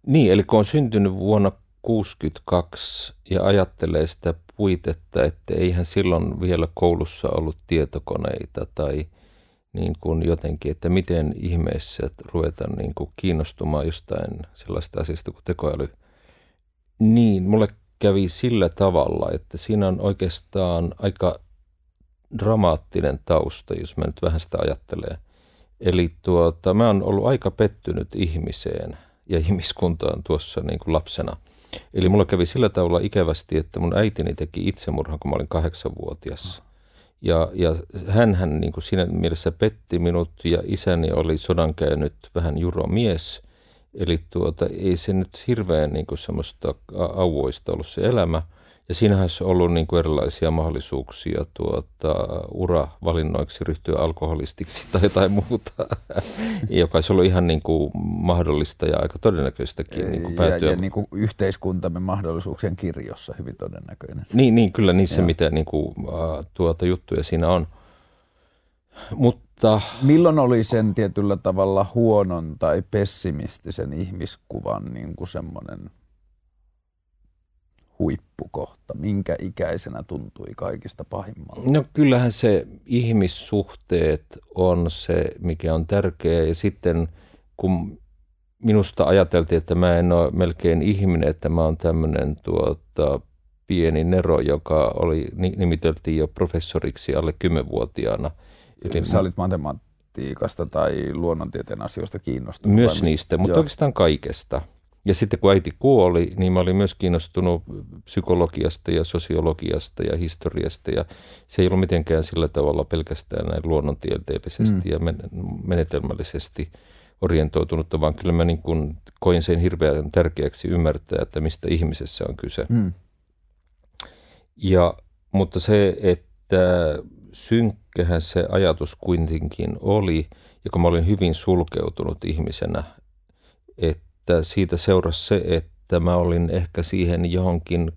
Niin, eli kun on syntynyt vuonna 1962 ja ajattelee sitä puitetta, että eihän silloin vielä koulussa ollut tietokoneita tai niin kuin jotenkin, että miten ihmeessä ruvetaan niin kuin kiinnostumaan jostain sellaista asiasta kuin tekoäly. Niin, mulle kävi sillä tavalla, että siinä on oikeastaan aika dramaattinen tausta, jos mä nyt vähän sitä ajattelen. Eli mä oon ollut aika pettynyt ihmiseen ja ihmiskuntaan tuossa niin kuin lapsena. Eli mulla kävi sillä tavalla ikävästi, että mun äitini teki itsemurhan, kun mä olin 8-vuotias. Ja hänhän niin kuin siinä mielessä petti minut ja isäni oli sodan käynyt vähän juromies. Eli ei se nyt hirveän niin kuin semmoista auvoista ollut se elämä. Ja siinähän olisi ollut niin kuin erilaisia mahdollisuuksia uravalinnoiksi ryhtyä alkoholistiksi tai jotain muuta, joka olisi ollut ihan niin kuin mahdollista ja aika todennäköistäkin niin kuin päätyä. Ja niin kuin yhteiskuntamme mahdollisuuksien kirjossa hyvin todennäköinen. Niin kyllä niissä mitä niin kuin, juttuja siinä on. Mutta milloin oli sen tietyllä tavalla huonon tai pessimistisen ihmiskuvan niin kuin semmoinen huippukohta? Minkä ikäisenä tuntui kaikista pahimmalta? No kyllähän se ihmissuhteet on se, mikä on tärkeää. Ja sitten kun minusta ajateltiin, että mä en ole melkein ihminen, että mä oon tämmöinen pieni nero, joka nimiteltiin jo professoriksi alle 10-vuotiaana. Eli sä olit matematiikasta tai luonnontieteen asioista kiinnostunut? Myös niistä, mutta oikeastaan kaikesta. Ja sitten kun äiti kuoli, niin mä olin myös kiinnostunut psykologiasta ja sosiologiasta ja historiasta. Ja se ei ollut mitenkään sillä tavalla pelkästään näin luonnontieteellisesti ja menetelmällisesti orientoitunutta, vaan kyllä mä niin kuin koin sen hirveän tärkeäksi ymmärtää, että mistä ihmisessä on kyse. Mutta se, että synkkähän se ajatus kuitenkin oli, ja kun mä olin hyvin sulkeutunut ihmisenä, että siitä seurasi se, että mä olin ehkä siihen johonkin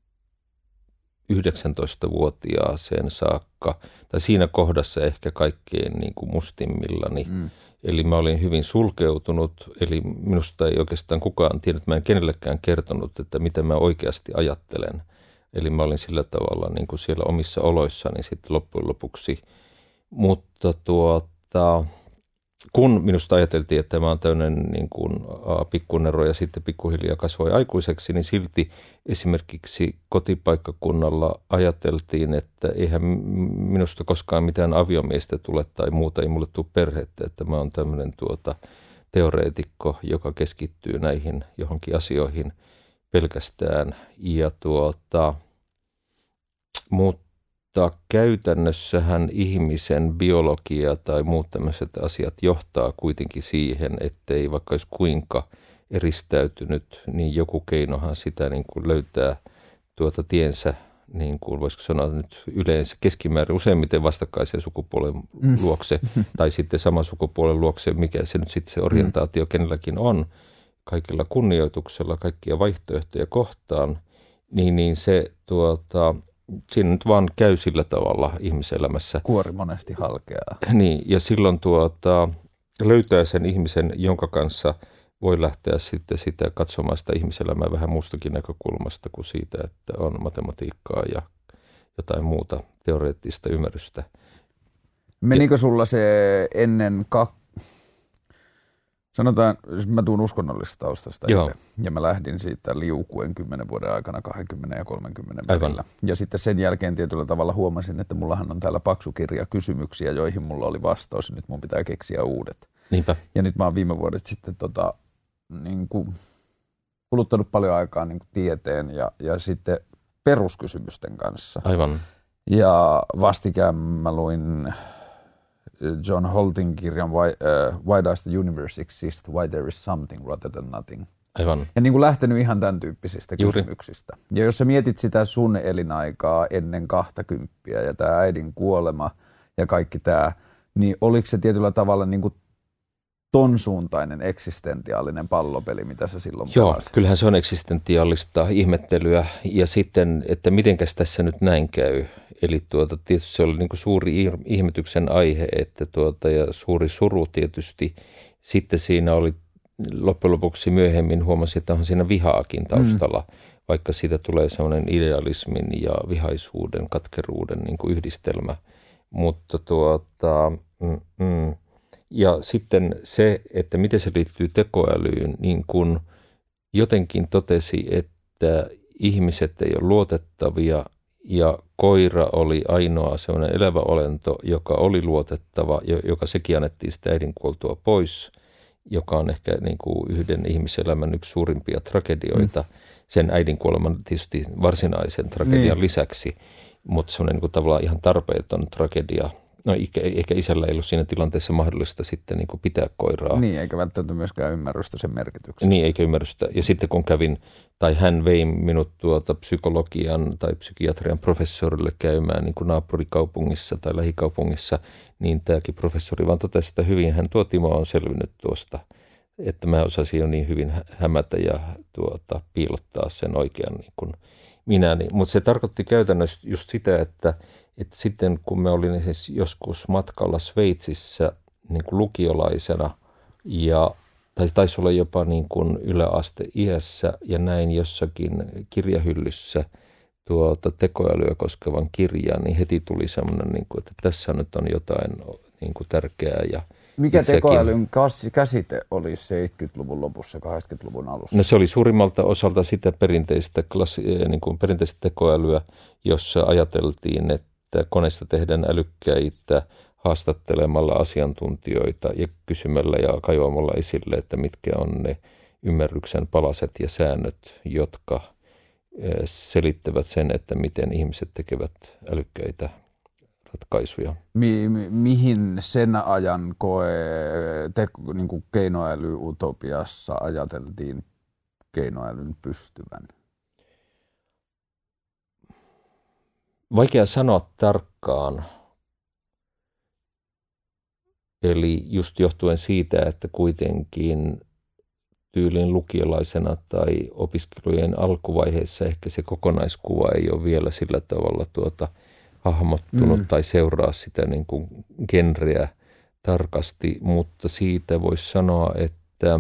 19-vuotiaaseen saakka, tai siinä kohdassa ehkä kaikkein niin kuin mustimmillani. Eli mä olin hyvin sulkeutunut, eli minusta ei oikeastaan kukaan tiennyt, mä en kenellekään kertonut, että mitä mä oikeasti ajattelen. Eli mä olin sillä tavalla niin kuin siellä omissa oloissani sitten loppujen lopuksi. Mutta kun minusta ajateltiin, että mä oon tämmöinen niin kuin pikkunero ja sitten pikkuhiljaa kasvoi aikuiseksi, niin silti esimerkiksi kotipaikkakunnalla ajateltiin, että eihän minusta koskaan mitään aviomiestä tule tai muuta, ei mulle tule perhettä, että mä oon tämmöinen teoreetikko, joka keskittyy näihin johonkin asioihin pelkästään. Ja mutta käytännössähän ihmisen biologia tai muut tämmöiset asiat johtaa kuitenkin siihen, ettei vaikka olisi kuinka eristäytynyt, niin joku keinohan sitä niin kuin löytää tiensä, niin kuin voisiko sanoa nyt yleensä keskimäärin useimmiten vastakkaisen sukupuolen luokse tai sitten saman sukupuolen luokse, mikä se nyt sitten se orientaatio kenelläkin on, kaikilla kunnioituksella, kaikkia vaihtoehtoja kohtaan, niin se siinä nyt vaan käy sillä tavalla ihmiselämässä. Kuori monesti halkeaa. Niin, ja silloin löytää sen ihmisen, jonka kanssa voi lähteä sitten sitä katsomaan sitä ihmiselämää vähän muustakin näkökulmasta kuin siitä, että on matematiikkaa ja jotain muuta teoreettista ymmärrystä. Menikö sulla se ennen sanotaan, mä tuun uskonnollisesta taustasta itse, ja mä lähdin siitä liukuen 10 vuoden aikana 20 ja 30 välillä. Ja sitten sen jälkeen tietyllä tavalla huomasin, että mullahan on täällä paksu kirja kysymyksiä, joihin mulla oli vastaus, nyt mun pitää keksiä uudet. Niinpä. Ja nyt mä oon viime vuodet sitten niin kuin kuluttanut paljon aikaa niin kuin tieteen ja sitten peruskysymysten kanssa. Aivan. Ja vastikään mä luin John Holtin kirjan Why Does the Universe Exist? Why There is Something Rather Than Nothing. Aivan. Ja niin kuin lähtenyt ihan tämän tyyppisistä kysymyksistä. Ja jos sä mietit sitä sun elinaikaa ennen 20 ja tämä äidin kuolema ja kaikki tämä, niin oliko se tietyllä tavalla niin kuin ton suuntainen eksistentiaalinen pallopeli, mitä sä silloin pelasit? Joo, kyllähän se on eksistentiaalista ihmettelyä ja sitten, että mitenkäs tässä nyt näin käy. Eli tietysti se oli niin kuin suuri ihmetyksen aihe, että ja suuri suru tietysti. Sitten siinä oli loppujen lopuksi myöhemmin huomasin, että on siinä vihaakin taustalla, vaikka siitä tulee sellainen idealismin ja vihaisuuden, katkeruuden niin kuin yhdistelmä. Mutta ja sitten se, että miten se liittyy tekoälyyn, niin kun jotenkin totesi, että ihmiset ei ole luotettavia ja koira oli ainoa sellainen elävä olento, joka oli luotettava, joka sekin annettiin sitä äidin kuoltua pois, joka on ehkä niin kuin yhden ihmiselämän yksi suurimpia tragedioita, sen äidin kuoleman tietysti varsinaisen tragedian lisäksi, mutta semmoinen niin kuin tavallaan ihan tarpeeton tragedia. No ehkä isällä ei ollut siinä tilanteessa mahdollista sitten niin kuin pitää koiraa. Niin, eikä välttämättä myöskään ymmärrystä sen merkityksestä. Niin, eikä ymmärrystä. Ja sitten kun hän vei minut psykologian tai psykiatrian professorille käymään niin kuin naapurikaupungissa tai lähikaupungissa, niin tämäkin professori vaan totesi, että hyvin hän Timo on selvinnyt tuosta, että mä osasin jo niin hyvin hämätä ja piilottaa sen oikean niin kuin minäni. Mutta se tarkoitti käytännössä just sitä, että sitten kun me olin siis joskus matkalla Sveitsissä niin kuin lukiolaisena tai taisi olla jopa niin kuin yläasteiässä ja näin jossakin kirjahyllyssä tekoälyä koskevan kirjan, niin heti tuli semmoinen, niin kuin, että tässä nyt on jotain niin kuin tärkeää. Ja mikä tekoälyn käsite oli 70-luvun lopussa, 80-luvun alussa? No se oli suurimmalta osalta sitä perinteistä tekoälyä, jossa ajateltiin, että koneesta tehdään älykkäitä haastattelemalla asiantuntijoita ja kysymällä ja kaivamalla esille, että mitkä on ne ymmärryksen palaset ja säännöt, jotka selittävät sen, että miten ihmiset tekevät älykkäitä ratkaisuja. Mihin sen ajan niin kuin keinoäly-utopiassa ajateltiin keinoälyn pystyvän? Vaikea sanoa tarkkaan. Eli just johtuen siitä, että kuitenkin tyylin lukiolaisena tai opiskelujen alkuvaiheessa ehkä se kokonaiskuva ei ole vielä sillä tavalla hahmottunut tai seuraa sitä niin kuin genreä tarkasti, mutta siitä voisi sanoa, että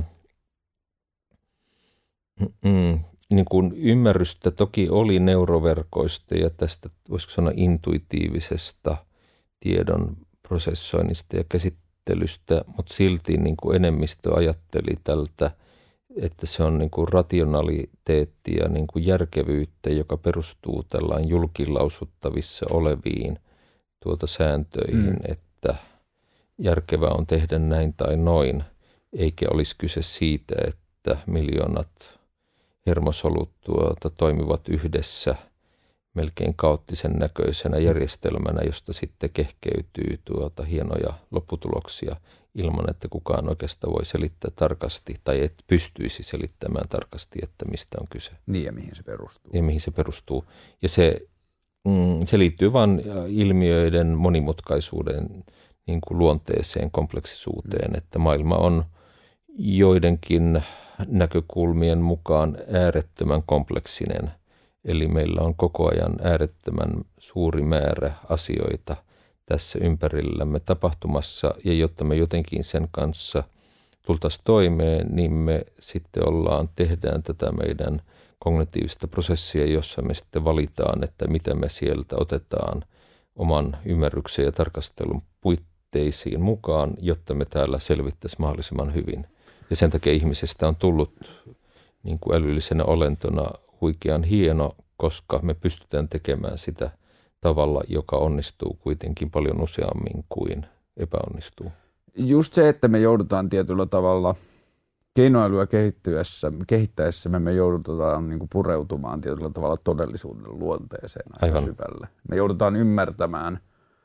niin kuin ymmärrystä toki oli neuroverkoista ja tästä voisiko sanoa intuitiivisesta tiedon prosessoinnista ja käsittelystä, mutta silti niin kuin enemmistö ajatteli tältä, että se on niin kuin rationaliteettia, niin kuin järkevyyttä, joka perustuu tällainen julkilausuttavissa oleviin sääntöihin, että järkevää on tehdä näin tai noin, eikä olisi kyse siitä, että miljoonat hermosolut toimivat yhdessä melkein kaoottisen näköisenä järjestelmänä, josta sitten kehkeytyy hienoja lopputuloksia ilman, että kukaan oikeastaan voi selittää tarkasti tai et pystyisi selittämään tarkasti, että mistä on kyse. Niin ja mihin se perustuu. Ja mihin se perustuu. Ja se liittyy vain ilmiöiden monimutkaisuuden niin kuin luonteeseen, kompleksisuuteen, että maailma on joidenkin näkökulmien mukaan äärettömän kompleksinen. Eli meillä on koko ajan äärettömän suuri määrä asioita tässä ympärillämme tapahtumassa, ja jotta me jotenkin sen kanssa tultaisiin toimeen, niin me sitten tehdään tätä meidän kognitiivista prosessia, jossa me sitten valitaan, että mitä me sieltä otetaan oman ymmärryksen ja tarkastelun puitteisiin mukaan, jotta me täällä selvittäisiin mahdollisimman hyvin. Ja sen takia ihmisestä on tullut niin kuin älyllisenä olentona huikean hieno, koska me pystytään tekemään sitä tavalla, joka onnistuu kuitenkin paljon useammin kuin epäonnistuu. Just se, että me joudutaan tietyllä tavalla keinoälyä kehittäessämme me joudutaan niin kuin pureutumaan tietyllä tavalla todellisuuden luonteeseen aika syvälle. Me joudutaan ymmärtämään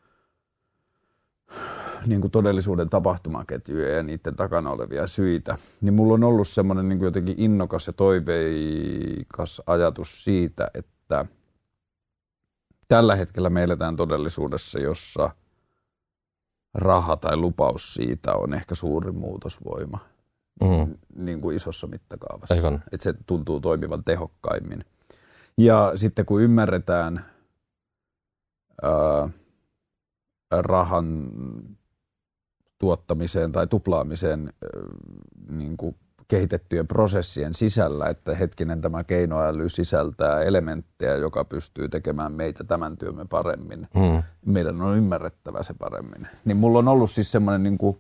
niin kuin todellisuuden tapahtumaketjuja ja niiden takana olevia syitä. Niin mulla on ollut semmoinen niin kuin jotenkin innokas ja toiveikas ajatus siitä, että tällä hetkellä me eletään todellisuudessa, jossa raha tai lupaus siitä on ehkä suurin muutosvoima niin kuin isossa mittakaavassa. Aivan. Että se tuntuu toimivan tehokkaimmin. Ja sitten kun ymmärretään rahan tuottamiseen tai tuplaamiseen niin kuin kehitettyjen prosessien sisällä, että hetkinen tämä keinoäly sisältää elementtejä, joka pystyy tekemään meitä tämän työmme paremmin. Meidän on ymmärrettävä se paremmin. Niin mulla on ollut siis semmoinen niin kuin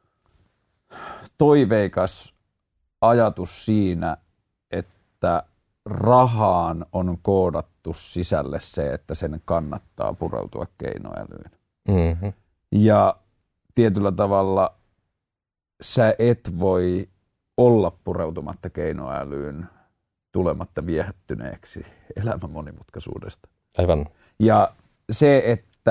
toiveikas ajatus siinä, että rahaan on koodattu sisälle se, että sen kannattaa pureutua keinoälyyn. Mm-hmm. Ja tietyllä tavalla sä et voi olla pureutumatta keinoälyyn tulematta viehättyneeksi elämän monimutkaisuudesta. Aivan. Ja se,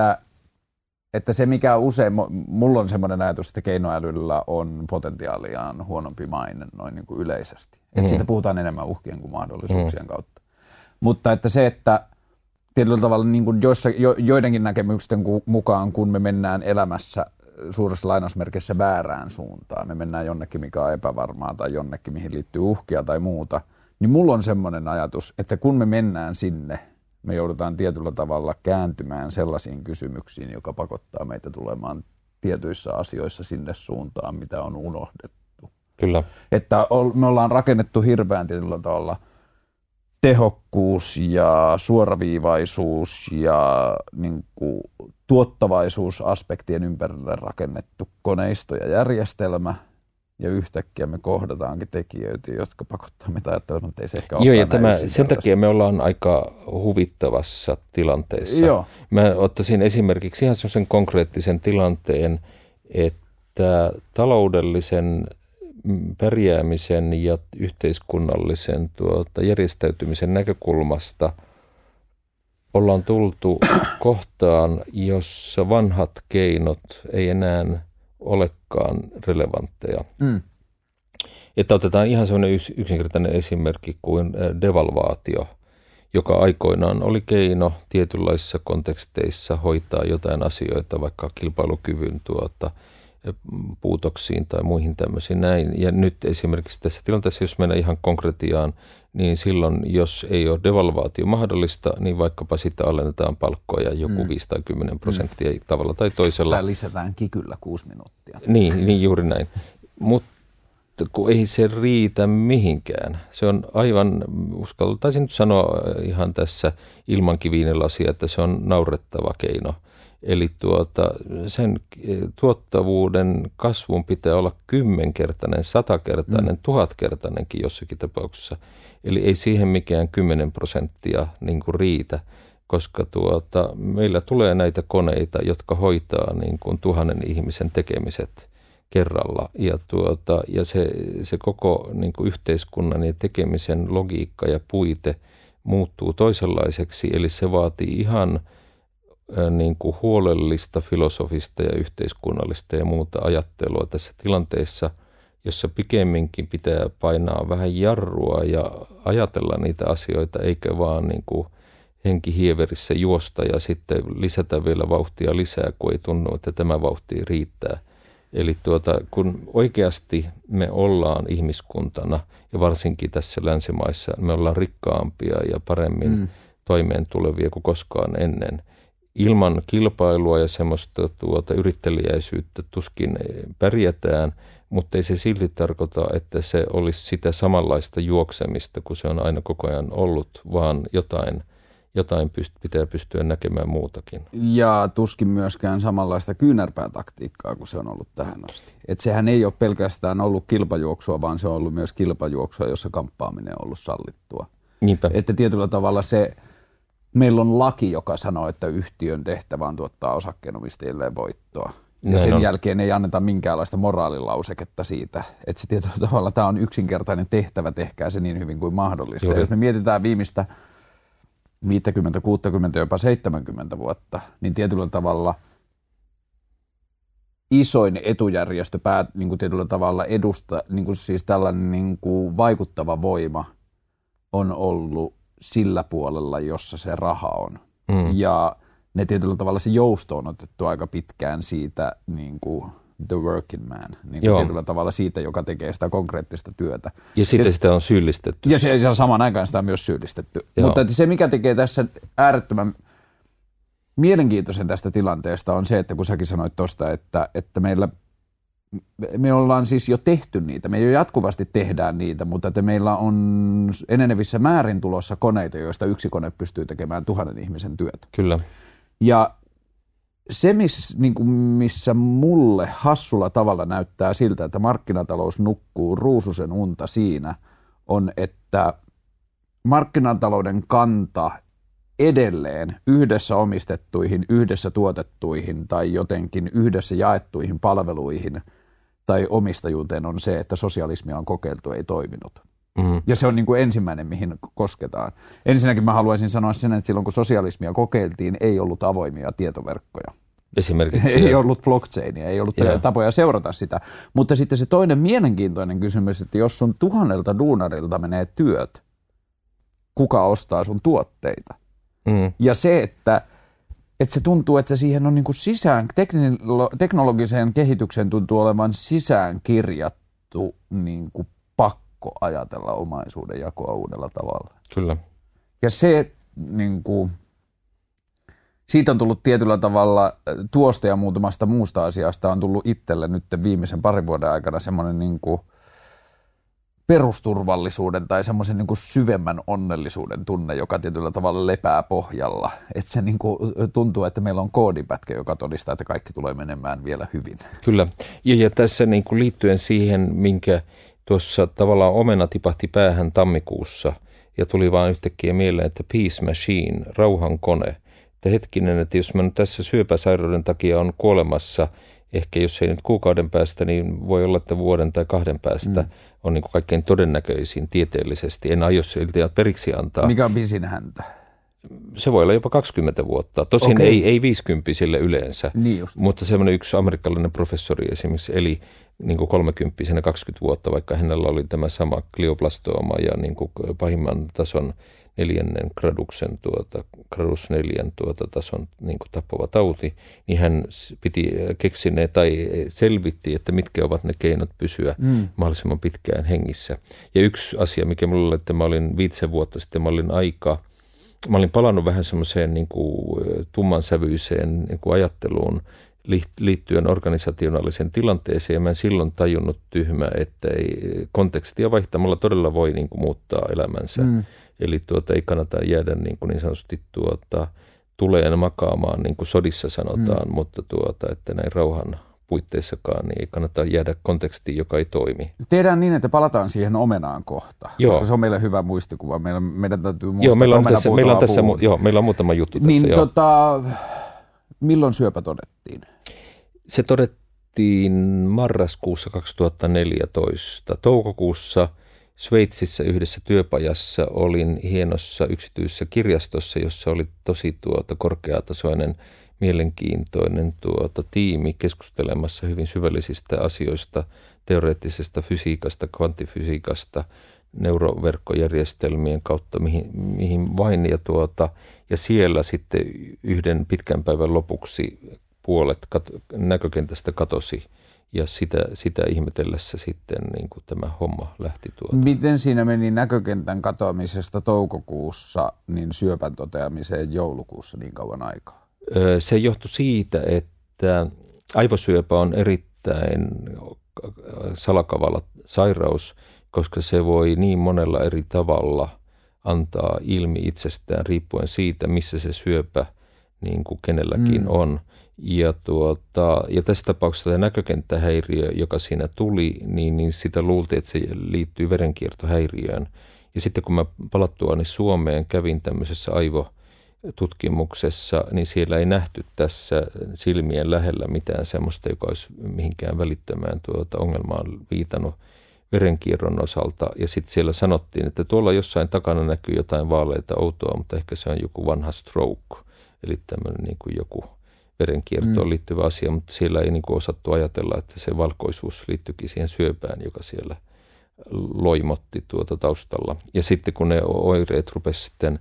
että se mikä usein, mulla on semmoinen ajatus, että keinoälyllä on potentiaaliaan huonompi maine noin niin kuin yleisesti. Että siitä puhutaan enemmän uhkien kuin mahdollisuuksien kautta. Mutta että se, että tietyllä tavalla niin kuin joidenkin näkemysten mukaan, kun me mennään elämässä suuressa lainausmerkissä väärään suuntaan, me mennään jonnekin, mikä on epävarmaa tai jonnekin, mihin liittyy uhkia tai muuta, niin mulla on semmoinen ajatus, että kun me mennään sinne, me joudutaan tietyllä tavalla kääntymään sellaisiin kysymyksiin, joka pakottaa meitä tulemaan tietyissä asioissa sinne suuntaan, mitä on unohdettu. Kyllä. Että me ollaan rakennettu hirveän tietyllä tavalla tehokkuus ja suoraviivaisuus ja niin kuin tuottavaisuusaspektien ympärille rakennettu koneisto ja järjestelmä, ja yhtäkkiä me kohdataankin tekijöitä, jotka pakottaa meitä ajattelemaan, että ei se ehkä ole. Joo, ja sen takia me ollaan aika huvittavassa tilanteessa. Joo. Mä ottaisin esimerkiksi ihan sellaisen konkreettisen tilanteen, että taloudellisen pärjäämisen ja yhteiskunnallisen järjestäytymisen näkökulmasta ollaan tultu kohtaan, jossa vanhat keinot ei enää olekaan relevantteja. Että otetaan ihan sellainen yksinkertainen esimerkki kuin devalvaatio, joka aikoinaan oli keino tietynlaisissa konteksteissa hoitaa jotain asioita, vaikka kilpailukyvyn puutoksiin tai muihin tämmöisiin näin. Ja nyt esimerkiksi tässä tilanteessa, jos mennään ihan konkretiaan, niin silloin, jos ei ole devalvaatio mahdollista, niin vaikkapa sitten alennetaan palkkoja joku 5 tai 10% tavalla tai toisella. Tai lisätään kikyllä 6 minuuttia. Niin juuri näin. Mutta kun ei se riitä mihinkään. Se on aivan, uskaltaisin nyt sanoa ihan tässä ilman kiviinelasia, että se on naurettava keino. Eli sen tuottavuuden kasvun pitää olla 10-kertainen, 100-kertainen, 1000-kertainenkin jossakin tapauksessa. Eli ei siihen mikään 10% niin kuin riitä, koska meillä tulee näitä koneita, jotka hoitaa niin kuin 1000 ihmisen tekemiset kerralla. Ja se koko niin kuin yhteiskunnan ja tekemisen logiikka ja puite muuttuu toisenlaiseksi, eli se vaatii ihan niin kuin huolellista, filosofista ja yhteiskunnallista ja muuta ajattelua tässä tilanteessa, jossa pikemminkin pitää painaa vähän jarrua ja ajatella niitä asioita, eikä vaan niin kuin henkihieverissä juosta ja sitten lisätä vielä vauhtia lisää, kun ei tunnu, että tämä vauhti riittää. Eli kun oikeasti me ollaan ihmiskuntana ja varsinkin tässä länsimaissa, me ollaan rikkaampia ja paremmin toimeen tulevia kuin koskaan ennen. Ilman kilpailua ja semmoista yritteliäisyyttä tuskin pärjätään, mutta ei se silti tarkoita, että se olisi sitä samanlaista juoksemista kuin se on aina koko ajan ollut, vaan jotain pitää pystyä näkemään muutakin. Ja tuskin myöskään samanlaista kyynärpäätaktiikkaa kuin se on ollut tähän asti. Että sehän ei ole pelkästään ollut kilpajuoksua, vaan se on ollut myös kilpajuoksua, jossa kamppaaminen on ollut sallittua. Niinpä. Että tietyllä tavalla meillä on laki, joka sanoo, että yhtiön tehtävä on tuottaa osakkeenomistajille voittoa. Ja sen jälkeen ei anneta minkäänlaista moraalilauseketta siitä, että se tietyllä tavalla tämä on yksinkertainen tehtävä, tehkää se niin hyvin kuin mahdollista. Ja jos me mietitään viimeistä 50, 60, jopa 70 vuotta, niin tietyllä tavalla isoin etujärjestö niin kuin tietyllä tavalla niin kuin siis tällainen niin kuin vaikuttava voima on ollut sillä puolella, jossa se raha on. Ja ne tietyllä tavalla se jousto on otettu aika pitkään siitä niin kuin the working man, niin kuin tietyllä tavalla siitä, joka tekee sitä konkreettista työtä. Ja sitten sitä on syyllistetty. Ja samaan aikaan sitä on myös syyllistetty. Joo. Mutta se, mikä tekee tässä äärettömän mielenkiintoisen tästä tilanteesta on se, että kun säkin sanoit tuosta, että meillä me ollaan siis jo tehty niitä, me jo jatkuvasti tehdään niitä, mutta että meillä on enenevissä määrin tulossa koneita, joista yksi kone pystyy tekemään 1000 ihmisen työt. Kyllä. Ja se, missä mulle hassulla tavalla näyttää siltä, että markkinatalous nukkuu ruususen unta siinä, on, että markkinatalouden kanta edelleen yhdessä omistettuihin, yhdessä tuotettuihin tai jotenkin yhdessä jaettuihin palveluihin tai omistajuuteen on se, että sosialismia on kokeiltu, ei toiminut. Ja se on niin kuin ensimmäinen, mihin kosketaan. Ensinnäkin mä haluaisin sanoa sen, että silloin kun sosialismia kokeiltiin, ei ollut avoimia tietoverkkoja. Esimerkiksi. Ei ollut blockchainia, ei ollut tapoja seurata sitä. Mutta sitten se toinen mielenkiintoinen kysymys, että jos sun 1000 duunarilta menee työt, kuka ostaa sun tuotteita? Ja se, että se tuntuu, että siihen on niin kuin teknologiseen kehitykseen tuntuu olevan sisään kirjattu niin kuin pakko ajatella omaisuuden jakoa uudella tavalla. Kyllä. Ja se, niin kuin, siitä on tullut tietyllä tavalla tuosta ja muutamasta muusta asiasta on tullut itselle nyt viimeisen 2 vuoden aikana semmoinen niin kuin perusturvallisuuden tai semmoisen niin kuin syvemmän onnellisuuden tunne, joka tietyllä tavalla lepää pohjalla. Että se niin kuin tuntuu, että meillä on koodipätkä, joka todistaa, että kaikki tulee menemään vielä hyvin. Kyllä. Ja tässä niin kuin liittyen siihen, minkä tuossa tavallaan omena tipahti päähän tammikuussa ja tuli vaan yhtäkkiä mieleen, että peace machine, rauhan kone. Että hetkinen, että jos mä nyt tässä syöpäsairauden takia on kuolemassa, ehkä jos ei nyt kuukauden päästä, niin voi olla, että vuoden tai 2 päästä on niin kuin kaikkein todennäköisin tieteellisesti. En aio silti periksi antaa. Mikä on pisin häntä? Se voi olla jopa 20 vuotta. Tosin ei 50-sille yleensä, niin mutta semmoinen yksi amerikkalainen professori esimerkiksi eli niin kuin 30-vuotiaana 20 vuotta, vaikka hänellä oli tämä sama glioblastooma ja niin kuin pahimman tason 4. gradus 4 tason niin kuin tappava tauti, niin hän piti keksineen tai selvitti, että mitkä ovat ne keinot pysyä mahdollisimman pitkään hengissä. Ja yksi asia, mikä minulla oli, että mä olin 5 vuotta sitten, mä olin palannut vähän semmoiseen niin kuin tummansävyiseen niin kuin ajatteluun liittyen organisationaaliseen tilanteeseen, ja mä en silloin tajunnut tyhmä, että ei kontekstia vaihtamalla todella voi niin kuin muuttaa elämänsä. Eli ei kannata jäädä niin sanotusti tuleen makaamaan, niin kuin sodissa sanotaan, mutta että näin rauhan puitteissakaan niin ei kannata jäädä kontekstiin, joka ei toimi. Tehdään niin, että palataan siihen omenaan kohta, koska se on meille hyvä muistikuva. Meidän täytyy muistaa, meillä on muutama juttu tässä. Niin, milloin syöpä todettiin? Se todettiin marraskuussa 2014. Toukokuussa Sveitsissä yhdessä työpajassa olin hienossa yksityisessä kirjastossa, jossa oli tosi korkeatasoinen, mielenkiintoinen tiimi keskustelemassa hyvin syvällisistä asioista, teoreettisesta fysiikasta, kvanttifysiikasta, neuroverkkojärjestelmien kautta, mihin vain. Ja siellä sitten yhden pitkän päivän lopuksi puolet näkökentästä katosi. Ja sitä ihmetellessä sitten niin kuin tämä homma lähti Miten siinä meni näkökentän katoamisesta toukokuussa niin syöpän toteamiseen joulukuussa niin kauan aikaa? Se johtui siitä, että aivosyöpä on erittäin salakavalla sairaus, koska se voi niin monella eri tavalla antaa ilmi itsestään riippuen siitä, missä se syöpä niin kuin kenelläkin on. Ja tässä tapauksessa tämä näkökenttähäiriö, joka siinä tuli, niin sitä luultiin, että se liittyy verenkiertohäiriöön. Ja sitten kun mä palattuani Suomeen kävin tämmöisessä aivotutkimuksessa, niin siellä ei nähty tässä silmien lähellä mitään semmoista, joka olisi mihinkään välittömään ongelmaan viitannut verenkierron osalta. Ja sitten siellä sanottiin, että tuolla jossain takana näkyy jotain vaaleita outoa, mutta ehkä se on joku vanha stroke, eli tämmöinen niin kuin joku verenkiertoon liittyvä asia, mutta siellä ei niin kuin osattu ajatella, että se valkoisuus liittyikin siihen syöpään, joka siellä loimotti taustalla. Ja sitten kun ne oireet rupesi sitten,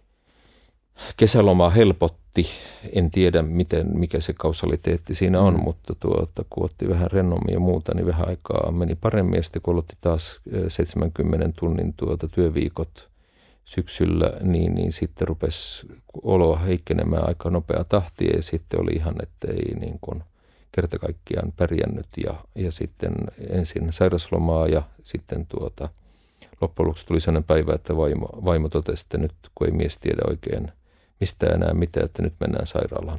kesälomaa helpotti, en tiedä mikä se kausaliteetti siinä on, mutta kun otti vähän rennommin ja muuta, niin vähän aikaa meni paremmin. Ja sitten kun aloitti taas 70 tunnin työviikot syksyllä, niin sitten rupesi olo heikkenemään aika nopea tahtia ja sitten oli ihan, että ei niin kuin kerta kaikkiaan pärjännyt ja sitten ensin sairaslomaa ja sitten loppujen lopuksi tuli sellainen päivä, että vaimo totesi, että nyt kun ei mies tiedä oikein mistään enää mitään, että nyt mennään sairaalaan.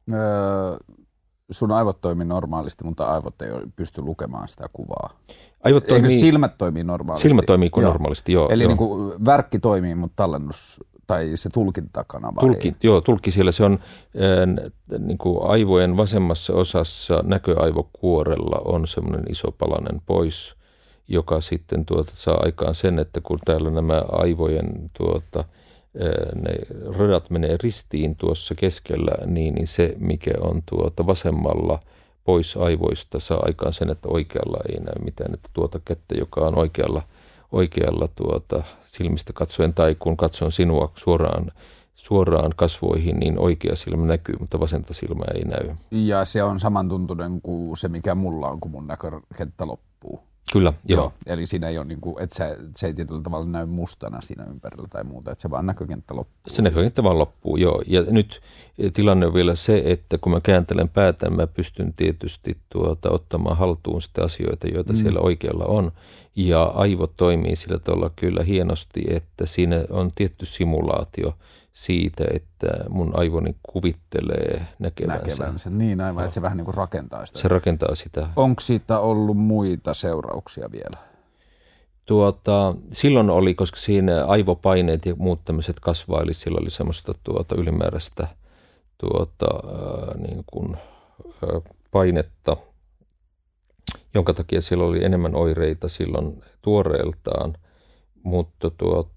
Sun aivot toimii normaalisti, mutta aivot ei pysty lukemaan sitä kuvaa. Eikö silmät toimii normaalisti? Silmät toimii kuin normaalisti, joo. Eli niin kuin värkki toimii, mutta tallennus tai se tulkintakanava tulkki siellä se on niin kuin aivojen vasemmassa osassa näköaivokuorella on semmoinen iso palanen pois, joka sitten saa aikaan sen, että kun täällä nämä aivojen ne radat menee ristiin tuossa keskellä, niin se mikä on vasemmalla pois aivoista saa aikaan sen, että oikealla ei näy mitään, että kättä, joka on oikealla silmistä katsoen tai kun katson sinua suoraan kasvoihin, niin oikea silmä näkyy, mutta vasenta silmää ei näy. Ja se on samantuntuinen kuin se, mikä mulla on, kun mun näkökenttä loppuu. Kyllä, joo. Eli siinä ei ole, niin kuin, että se ei tietyllä tavalla näy mustana siinä ympärillä tai muuta, että se vaan näkökenttä loppuu. Se näkökenttä vaan loppuu, joo. Ja nyt tilanne on vielä se, että kun mä kääntelen päätään, mä pystyn tietysti ottamaan haltuun sitä asioita, joita siellä oikealla on. Ja aivot toimii sillä tavalla kyllä hienosti, että siinä on tietty simulaatio siitä, että mun aivoni kuvittelee näkevänsä. Niin aivan, että se vähän niin kuin rakentaa sitä. Se rakentaa sitä. Onko siitä ollut muita seurauksia vielä? Silloin oli, koska siinä aivopaineet ja muut tämmöiset kasvaa, eli silloin oli semmoista ylimääräistä niin kuin, painetta, jonka takia silloin oli enemmän oireita silloin tuoreeltaan, mutta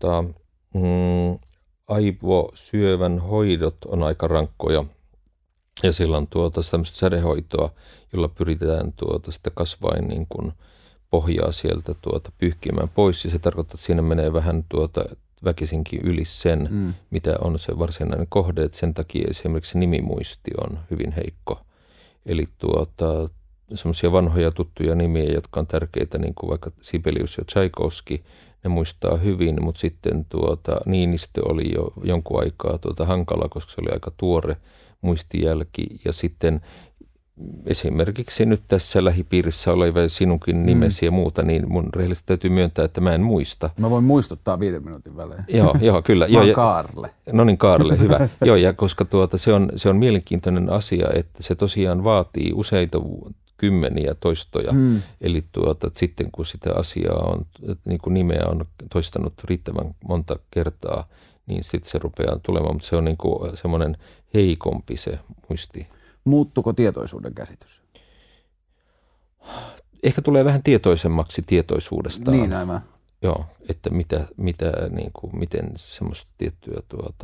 aivosyövän hoidot on aika rankkoja ja sillä on tämmöistä sädehoitoa, jolla pyritään sitä kasvain niin kuin pohjaa sieltä pyyhkimään pois ja se tarkoittaa, että siinä menee vähän väkisinkin yli sen, mitä on se varsinainen kohde, että sen takia esimerkiksi nimimuisti on hyvin heikko. Eli semmoisia vanhoja tuttuja nimiä, jotka on tärkeitä, niin kuin vaikka Sibelius ja Tchaikovsky, ne muistaa hyvin, mutta sitten Niinistö oli jo jonkun aikaa hankala, koska se oli aika tuore muistijälki. Ja sitten esimerkiksi nyt tässä lähipiirissä oleva sinunkin nimesi ja muuta, niin mun rehellisesti täytyy myöntää, että mä en muista. Mä voin muistuttaa 5 minuutin välein. Joo, kyllä. Mä oon Kaarle. No niin, Kaarle, hyvä. Joo, ja koska se on mielenkiintoinen asia, että se tosiaan vaatii useita kymmeniä toistoja. Eli että sitten kun sitä asiaa on, niin kuin nimeä on toistanut riittävän monta kertaa, niin sitten se rupeaa tulemaan, mutta se on niin kuin semmoinen heikompi se muisti. Muuttuko tietoisuuden käsitys? Ehkä tulee vähän tietoisemmaksi tietoisuudestaan. Niin aivan. Joo, että niin kuin, miten semmoista tiettyä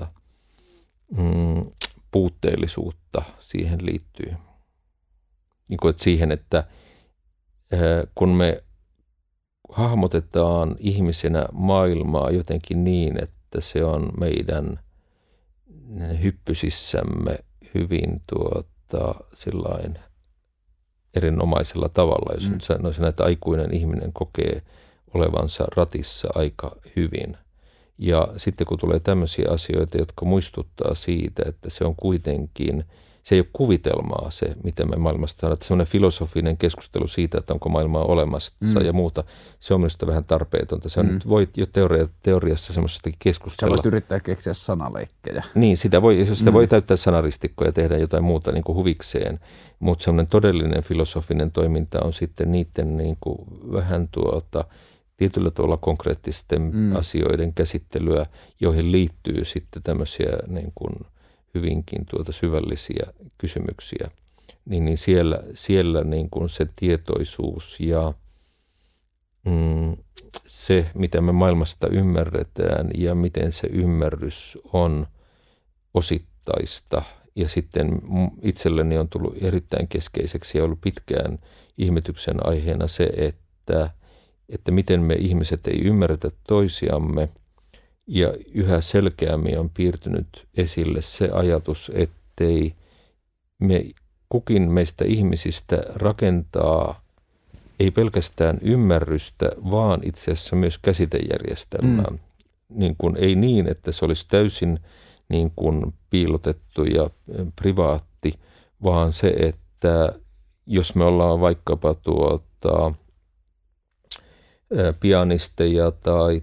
puutteellisuutta siihen liittyy. Niin kuin, että siihen, että kun me hahmotetaan ihmisenä maailmaa jotenkin niin, että se on meidän hyppysissämme hyvin sillain erinomaisella tavalla, jos nyt sanoisin, että aikuinen ihminen kokee olevansa ratissa aika hyvin. Ja sitten kun tulee tämmöisiä asioita, jotka muistuttaa siitä, että se on kuitenkin, se ei ole kuvitelmaa se, miten me maailmasta saadaan. Semmoinen filosofinen keskustelu siitä, että onko maailmaa olemassa ja muuta, se on minusta vähän tarpeetonta. Se on nyt voit jo teoriassa semmoisestakin keskustella. Sä voit yrittää keksiä sanaleikkejä. Niin, sitä voi täyttää sanaristikkoja ja tehdä jotain muuta niin kuin huvikseen, mutta semmoinen todellinen filosofinen toiminta on sitten niiden niin kuin vähän tietyllä tavalla konkreettisten asioiden käsittelyä, joihin liittyy sitten tämmöisiä niin kuin hyvinkin syvällisiä kysymyksiä, niin siellä niin kuin se tietoisuus ja se, mitä me maailmasta ymmärretään ja miten se ymmärrys on osittaista. Ja sitten itselleni on tullut erittäin keskeiseksi ja ollut pitkään ihmetyksen aiheena se, että miten me ihmiset ei ymmärretä toisiamme. Ja yhä selkeämmin on piirtynyt esille se ajatus, ettei kukin meistä ihmisistä rakentaa ei pelkästään ymmärrystä, vaan itse asiassa myös käsitejärjestelmää. Niin kuin, ei niin, että se olisi täysin niin kuin piilotettu ja privaatti, vaan se, että jos me ollaan vaikkapa pianisteja tai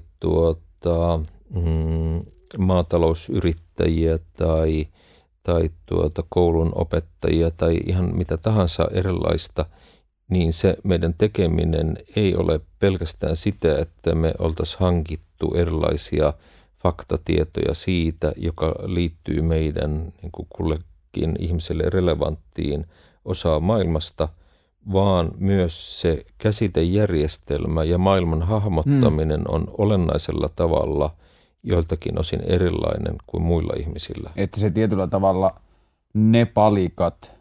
maatalousyrittäjiä tai koulun opettajia tai ihan mitä tahansa erilaista, niin se meidän tekeminen ei ole pelkästään sitä, että me oltaisiin hankittu erilaisia faktatietoja siitä, joka liittyy meidän niin kuin kullekin ihmiselle relevanttiin osaan maailmasta, vaan myös se käsitejärjestelmä ja maailman hahmottaminen on olennaisella tavalla joiltakin osin erilainen kuin muilla ihmisillä. Että se tietyllä tavalla ne palikat,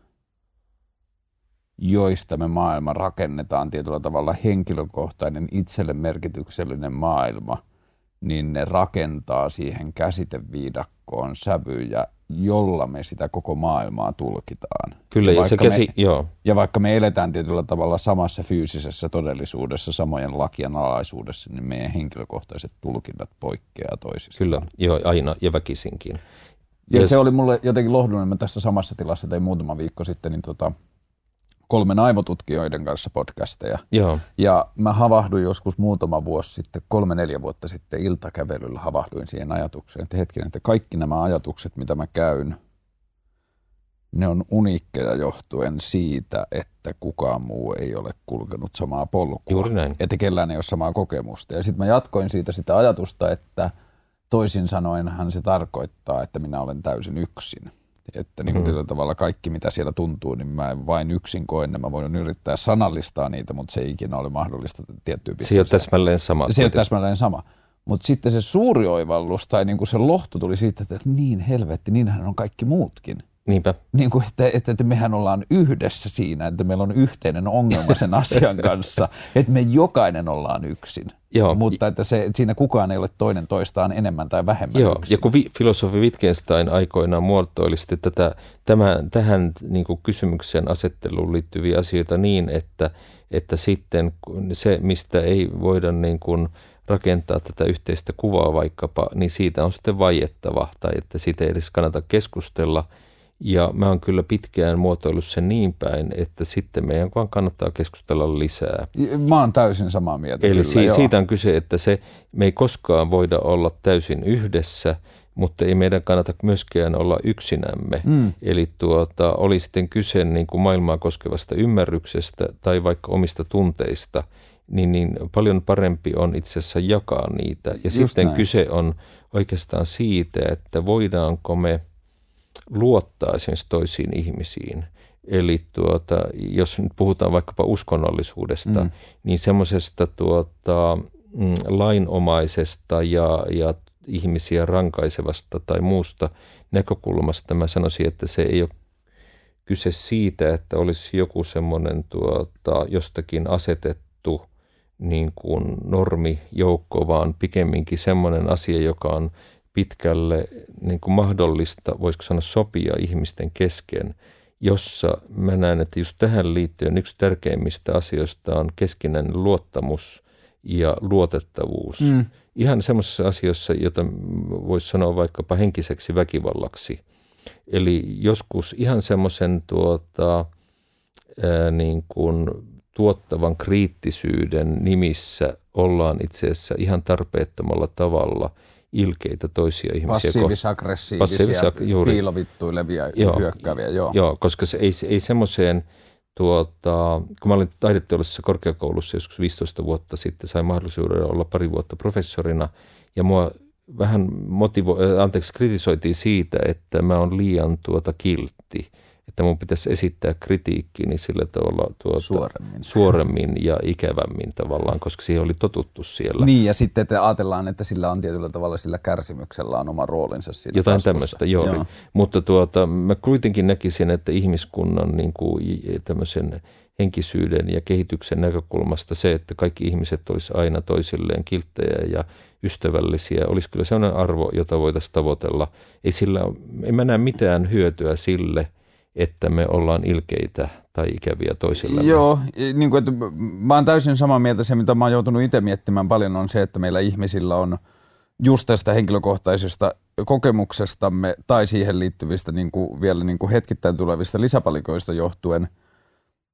joista me maailma rakennetaan, tietyllä tavalla henkilökohtainen, itselle merkityksellinen maailma, niin ne rakentaa siihen käsiteviidakkoon sävyjä, jolla me sitä koko maailmaa tulkitaan. Kyllä, ja se joo. Ja vaikka me eletään tietyllä tavalla samassa fyysisessä todellisuudessa, samojen lakien alaisuudessa, niin meidän henkilökohtaiset tulkinnat poikkeaa toisistaan. Kyllä, joo, aina ja väkisinkin. Ja se oli mulle jotenkin lohdullinen. Mä tässä samassa tilassa tein muutama viikko sitten niin 3 aivotutkijoiden kanssa podcasteja. Joo. Ja mä havahduin joskus muutama vuosi sitten, 3-4 vuotta sitten iltakävelyllä havahduin siihen ajatukseen, että hetkinen, että kaikki nämä ajatukset, mitä mä käyn, ne on uniikkeja johtuen siitä, että kukaan muu ei ole kulkenut samaa polkua. Juuri näin. Että kellään ei ole samaa kokemusta. Ja sitten mä jatkoin siitä sitä ajatusta, että toisin sanoenhan se tarkoittaa, että minä olen täysin yksin. Että niin kuin tietyllä tavalla kaikki, mitä siellä tuntuu, niin mä en vain yksin koen, mä voin yrittää sanallistaa niitä, mutta se ei ikinä ole mahdollista tiettyyn pisteeseen. Se ei ole täsmälleen sama. Se ei ole täsmälleen sama. Mutta sitten se suuri oivallus tai niin kuin se lohtu tuli siitä, että niin helvetti, niinhän on kaikki muutkin. Niinpä. Niin kuin, että mehän ollaan yhdessä siinä, että meillä on yhteinen ongelma sen asian kanssa, että me jokainen ollaan yksin. Joo. Mutta että siinä kukaan ei ole toinen toistaan enemmän tai vähemmän yksin. Ja kun filosofi Wittgenstein aikoinaan muotoili tähän niin kuin kysymyksen asetteluun liittyviä asioita niin, että sitten se, mistä ei voida niin kuin rakentaa tätä yhteistä kuvaa vaikkapa, niin siitä on sitten vaiettava tai että siitä ei edes kannata keskustella. Ja mä oon kyllä pitkään muotoillut sen niin päin, että sitten meidän vaan kannattaa keskustella lisää. Mä oon täysin samaa mieltä. Eli kyllä, siitä on kyse, että me ei koskaan voida olla täysin yhdessä, mutta ei meidän kannata myöskään olla yksinämme. Eli oli sitten kyse niin kuin maailmaa koskevasta ymmärryksestä tai vaikka omista tunteista, niin paljon parempi on itse asiassa jakaa niitä. Ja just sitten näin. Kyse on oikeastaan siitä, että voidaanko me luottaa esimerkiksi toisiin ihmisiin. Eli jos nyt puhutaan vaikkapa uskonnollisuudesta, niin semmoisesta lainomaisesta ja ihmisiä rankaisevasta tai muusta näkökulmasta mä sanoisin, että se ei ole kyse siitä, että olisi joku semmoinen jostakin asetettu niin kuin normijoukko, vaan pikemminkin semmoinen asia, joka on pitkälle niin kuin mahdollista, voisiko sanoa sopia ihmisten kesken, jossa mä näen, että just tähän liittyen yksi tärkeimmistä asioista on keskinäinen luottamus ja luotettavuus. Ihan semmoisissa asioissa, joita voisi sanoa vaikkapa henkiseksi väkivallaksi. Eli joskus ihan semmoisen niin kuin tuottavan kriittisyyden nimissä ollaan itse asiassa ihan tarpeettomalla tavalla ilkeitä toisia ihmisiä. Passiivis-aggressiivisia, piilovittuilevia hyökkääviä. Joo, koska se ei semmoiseen, kun mä olin taideteollisessa korkeakoulussa joskus 15 vuotta sitten, sain mahdollisuuden olla 2 vuotta professorina, ja mua vähän kritisoitiin siitä, että mä oon liian kiltti, että mun pitäisi esittää kritiikkiini sillä tavalla suoremmin ja ikävämmin tavallaan, koska siihen oli totuttu siellä. Niin, ja sitten että ajatellaan, että sillä on tietyllä tavalla sillä kärsimyksellä on oma roolinsa siinä jotain tämmöistä, joo. Mutta mä kuitenkin näkisin, että ihmiskunnan niin kuin tämmöisen henkisyyden ja kehityksen näkökulmasta se, että kaikki ihmiset olisi aina toisilleen kilttejä ja ystävällisiä, olisi kyllä sellainen arvo, jota voitaisiin tavoitella. Ei mä näe mitään hyötyä sille, että me ollaan ilkeitä tai ikäviä toisillemme. Joo, niin kuin, että mä oon täysin samaa mieltä. Se, mitä mä oon joutunut itse miettimään paljon, on se, että meillä ihmisillä on just tästä henkilökohtaisesta kokemuksestamme tai siihen liittyvistä niin kuin vielä niin kuin hetkittäin tulevista lisäpalikoista johtuen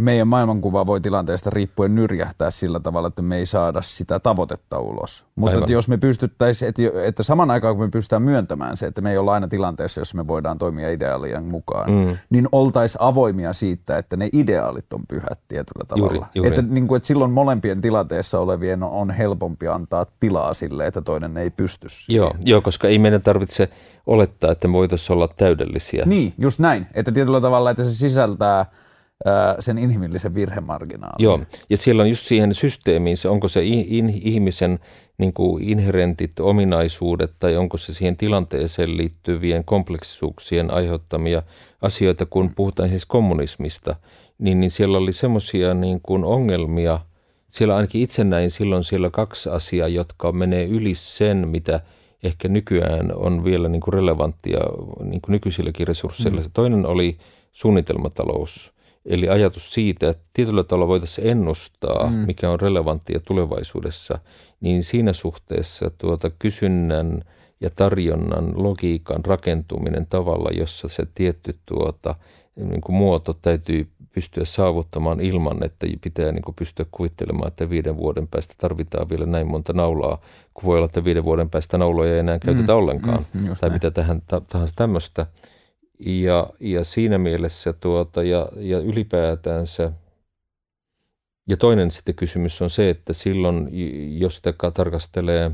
meidän maailmankuva voi tilanteesta riippuen nyrjähtää sillä tavalla, että me ei saada sitä tavoitetta ulos. Mutta että jos me pystyttäisiin, että saman aikaan kun me pystytään myöntämään se, että me ei olla aina tilanteessa, jossa me voidaan toimia ideaalien mukaan, niin oltaisiin avoimia siitä, että ne ideaalit on pyhät tietyllä tavalla. Juuri. Että, niin kuin, että silloin molempien tilanteessa olevien on helpompi antaa tilaa sille, että toinen ei pysty siihen. Joo, koska ei meidän tarvitse olettaa, että me voitaisiin olla täydellisiä. Niin, just näin. Että tietyllä tavalla, että se sisältää sen inhimillisen virhemarginaalin. Joo, ja siellä on just siihen systeemiin se, onko se ihmisen niin kuin inherentit ominaisuudet tai onko se siihen tilanteeseen liittyvien kompleksisuuksien aiheuttamia asioita, kun puhutaan siis kommunismista, niin siellä oli semmoisia niin kuin ongelmia, siellä ainakin itse näin silloin siellä 2 asiaa, jotka menee yli sen, mitä ehkä nykyään on vielä niin kuin relevanttia niin kuin nykyisilläkin resursseilla. Se toinen oli suunnitelmatalous. Eli ajatus siitä, että tietyllä tavalla voitaisiin ennustaa, mikä on relevanttia tulevaisuudessa, niin siinä suhteessa kysynnän ja tarjonnan logiikan rakentuminen tavalla, jossa se tietty niin kuin muoto täytyy pystyä saavuttamaan ilman, että pitää niin kuin pystyä kuvittelemaan, että 5 vuoden päästä tarvitaan vielä näin monta naulaa, kun voi olla, että 5 vuoden päästä nauloja ei enää käytetä ollenkaan, tai mitä tahansa tämmöistä. Ja siinä mielessä ja ylipäätänsä, ja toinen sitten kysymys on se, että silloin, jos sitä tarkastelee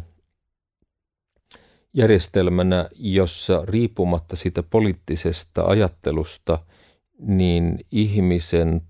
järjestelmänä, jossa riippumatta siitä poliittisesta ajattelusta, niin ihmisen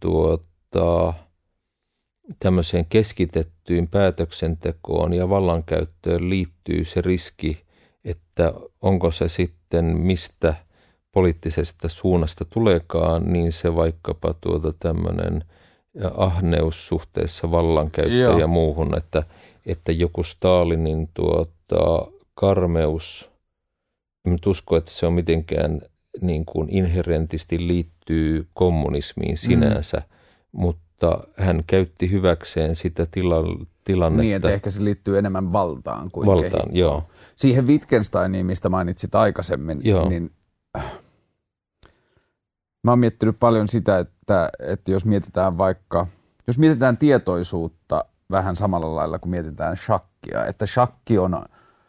tämmöiseen keskitettyyn päätöksentekoon ja vallankäyttöön liittyy se riski, että onko se sitten mistä poliittisesta suunnasta tuleekaan, niin se vaikkapa tämmöinen ahneus suhteessa vallankäyttöön ja muuhun, että joku Stalinin karmeus, en usko, että se on mitenkään niin kuin inherentisti liittyy kommunismiin sinänsä, mutta hän käytti hyväkseen sitä tilannetta. Niin, että ehkä se liittyy enemmän valtaan kuin valtaan, joo. Siihen Wittgensteiniin, mistä mainitsit aikaisemmin, niin mä oon miettinyt paljon sitä, että jos mietitään tietoisuutta vähän samalla lailla kuin mietitään shakkia, että shakki on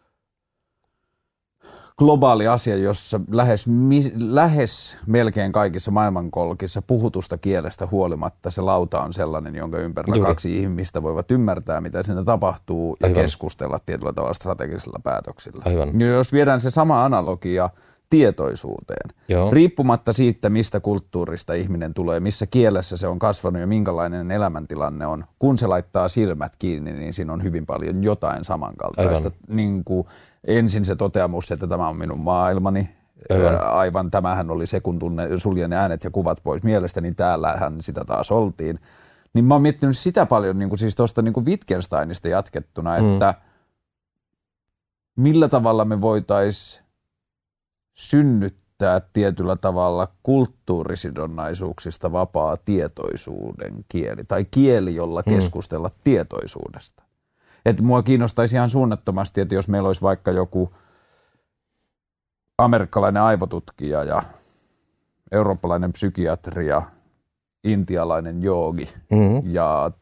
globaali asia, jossa lähes melkein kaikissa maailmankolkissa puhutusta kielestä huolimatta se lauta on sellainen, jonka ympärillä 2 ihmistä voivat ymmärtää, mitä siinä tapahtuu ja keskustella tietyllä tavalla strategisilla päätöksillä. Ja jos viedään se sama analogia tietoisuuteen, riippumatta siitä, mistä kulttuurista ihminen tulee, missä kielessä se on kasvanut ja minkälainen elämäntilanne on, kun se laittaa silmät kiinni, niin siinä on hyvin paljon jotain samankaltaista. Niin kuin ensin se toteamus, että tämä on minun maailmani, aivan tämähän oli se, kun suljen äänet ja kuvat pois mielestä, niin täällähän sitä taas oltiin. Niin mä oon miettinyt sitä paljon niin kuin siis tuosta niin kuin Wittgensteinista jatkettuna, että millä tavalla me voitaisiin synnyttää tietyllä tavalla kulttuurisidonnaisuuksista vapaa tietoisuuden kieli tai kieli, jolla keskustella tietoisuudesta. Että mua kiinnostaisi ihan suunnattomasti, että jos meillä olisi vaikka joku amerikkalainen aivotutkija ja eurooppalainen psykiatri ja intialainen joogi ja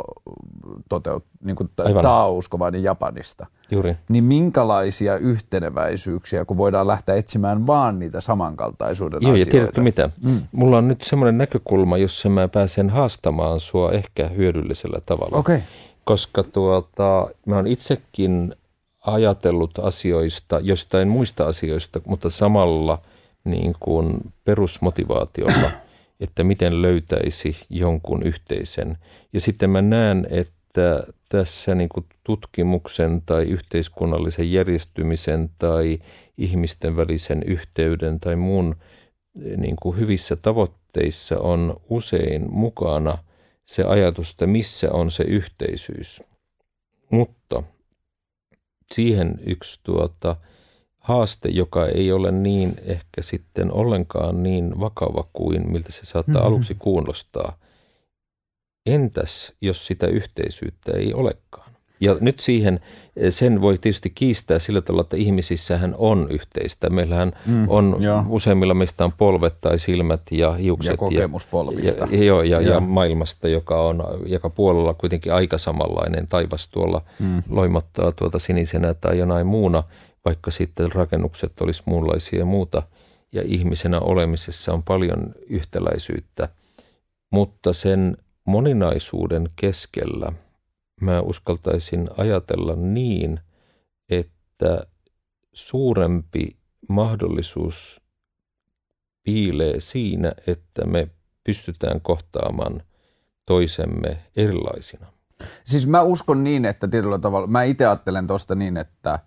Tao-uskovainen Japanista. Juuri. Niin minkälaisia yhteneväisyyksiä, kun voidaan lähteä etsimään vaan niitä samankaltaisuuden asioita. Ja tiedätkö mitä? Mulla on nyt semmoinen näkökulma, jossa mä pääsen haastamaan sua ehkä hyödyllisellä tavalla. Okay. Koska mä oon itsekin ajatellut asioista, jostain muista asioista, mutta samalla niin kuin perusmotivaatiolla, että miten löytäisi jonkun yhteisen. Ja sitten mä näen, että tässä niin kuin tutkimuksen tai yhteiskunnallisen järjestymisen tai ihmisten välisen yhteyden tai muun niin kuin hyvissä tavoitteissa on usein mukana se ajatus, että missä on se yhteisyys. Mutta siihen yksi haaste, joka ei ole niin ehkä sitten ollenkaan niin vakava kuin miltä se saattaa aluksi kuulostaa. Entäs, jos sitä yhteisyyttä ei olekaan? Ja nyt siihen, sen voi tietysti kiistää sillä tavalla, että ihmisissähän on yhteistä. Meillähän on, useimmilla meistä on polvet tai silmät ja hiukset. Ja kokemus polvista. Ja maailmasta, joka puolella kuitenkin aika samanlainen. Taivas tuolla loimottaa tuolta sinisenä tai jonain muuna, vaikka sitten rakennukset olisi muunlaisia ja muuta. Ja ihmisenä olemisessa on paljon yhtäläisyyttä, mutta sen moninaisuuden keskellä mä uskaltaisin ajatella niin, että suurempi mahdollisuus piilee siinä, että me pystytään kohtaamaan toisemme erilaisina. Siis mä uskon niin, että tietyllä tavalla, mä itse ajattelen tuosta niin, että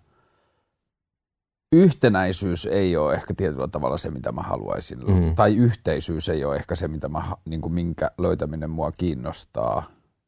yhtenäisyys ei ole ehkä tietyllä tavalla se, mitä mä haluaisin. Tai yhteisyys ei ole ehkä se, mitä minkä löytäminen mua kiinnostaa.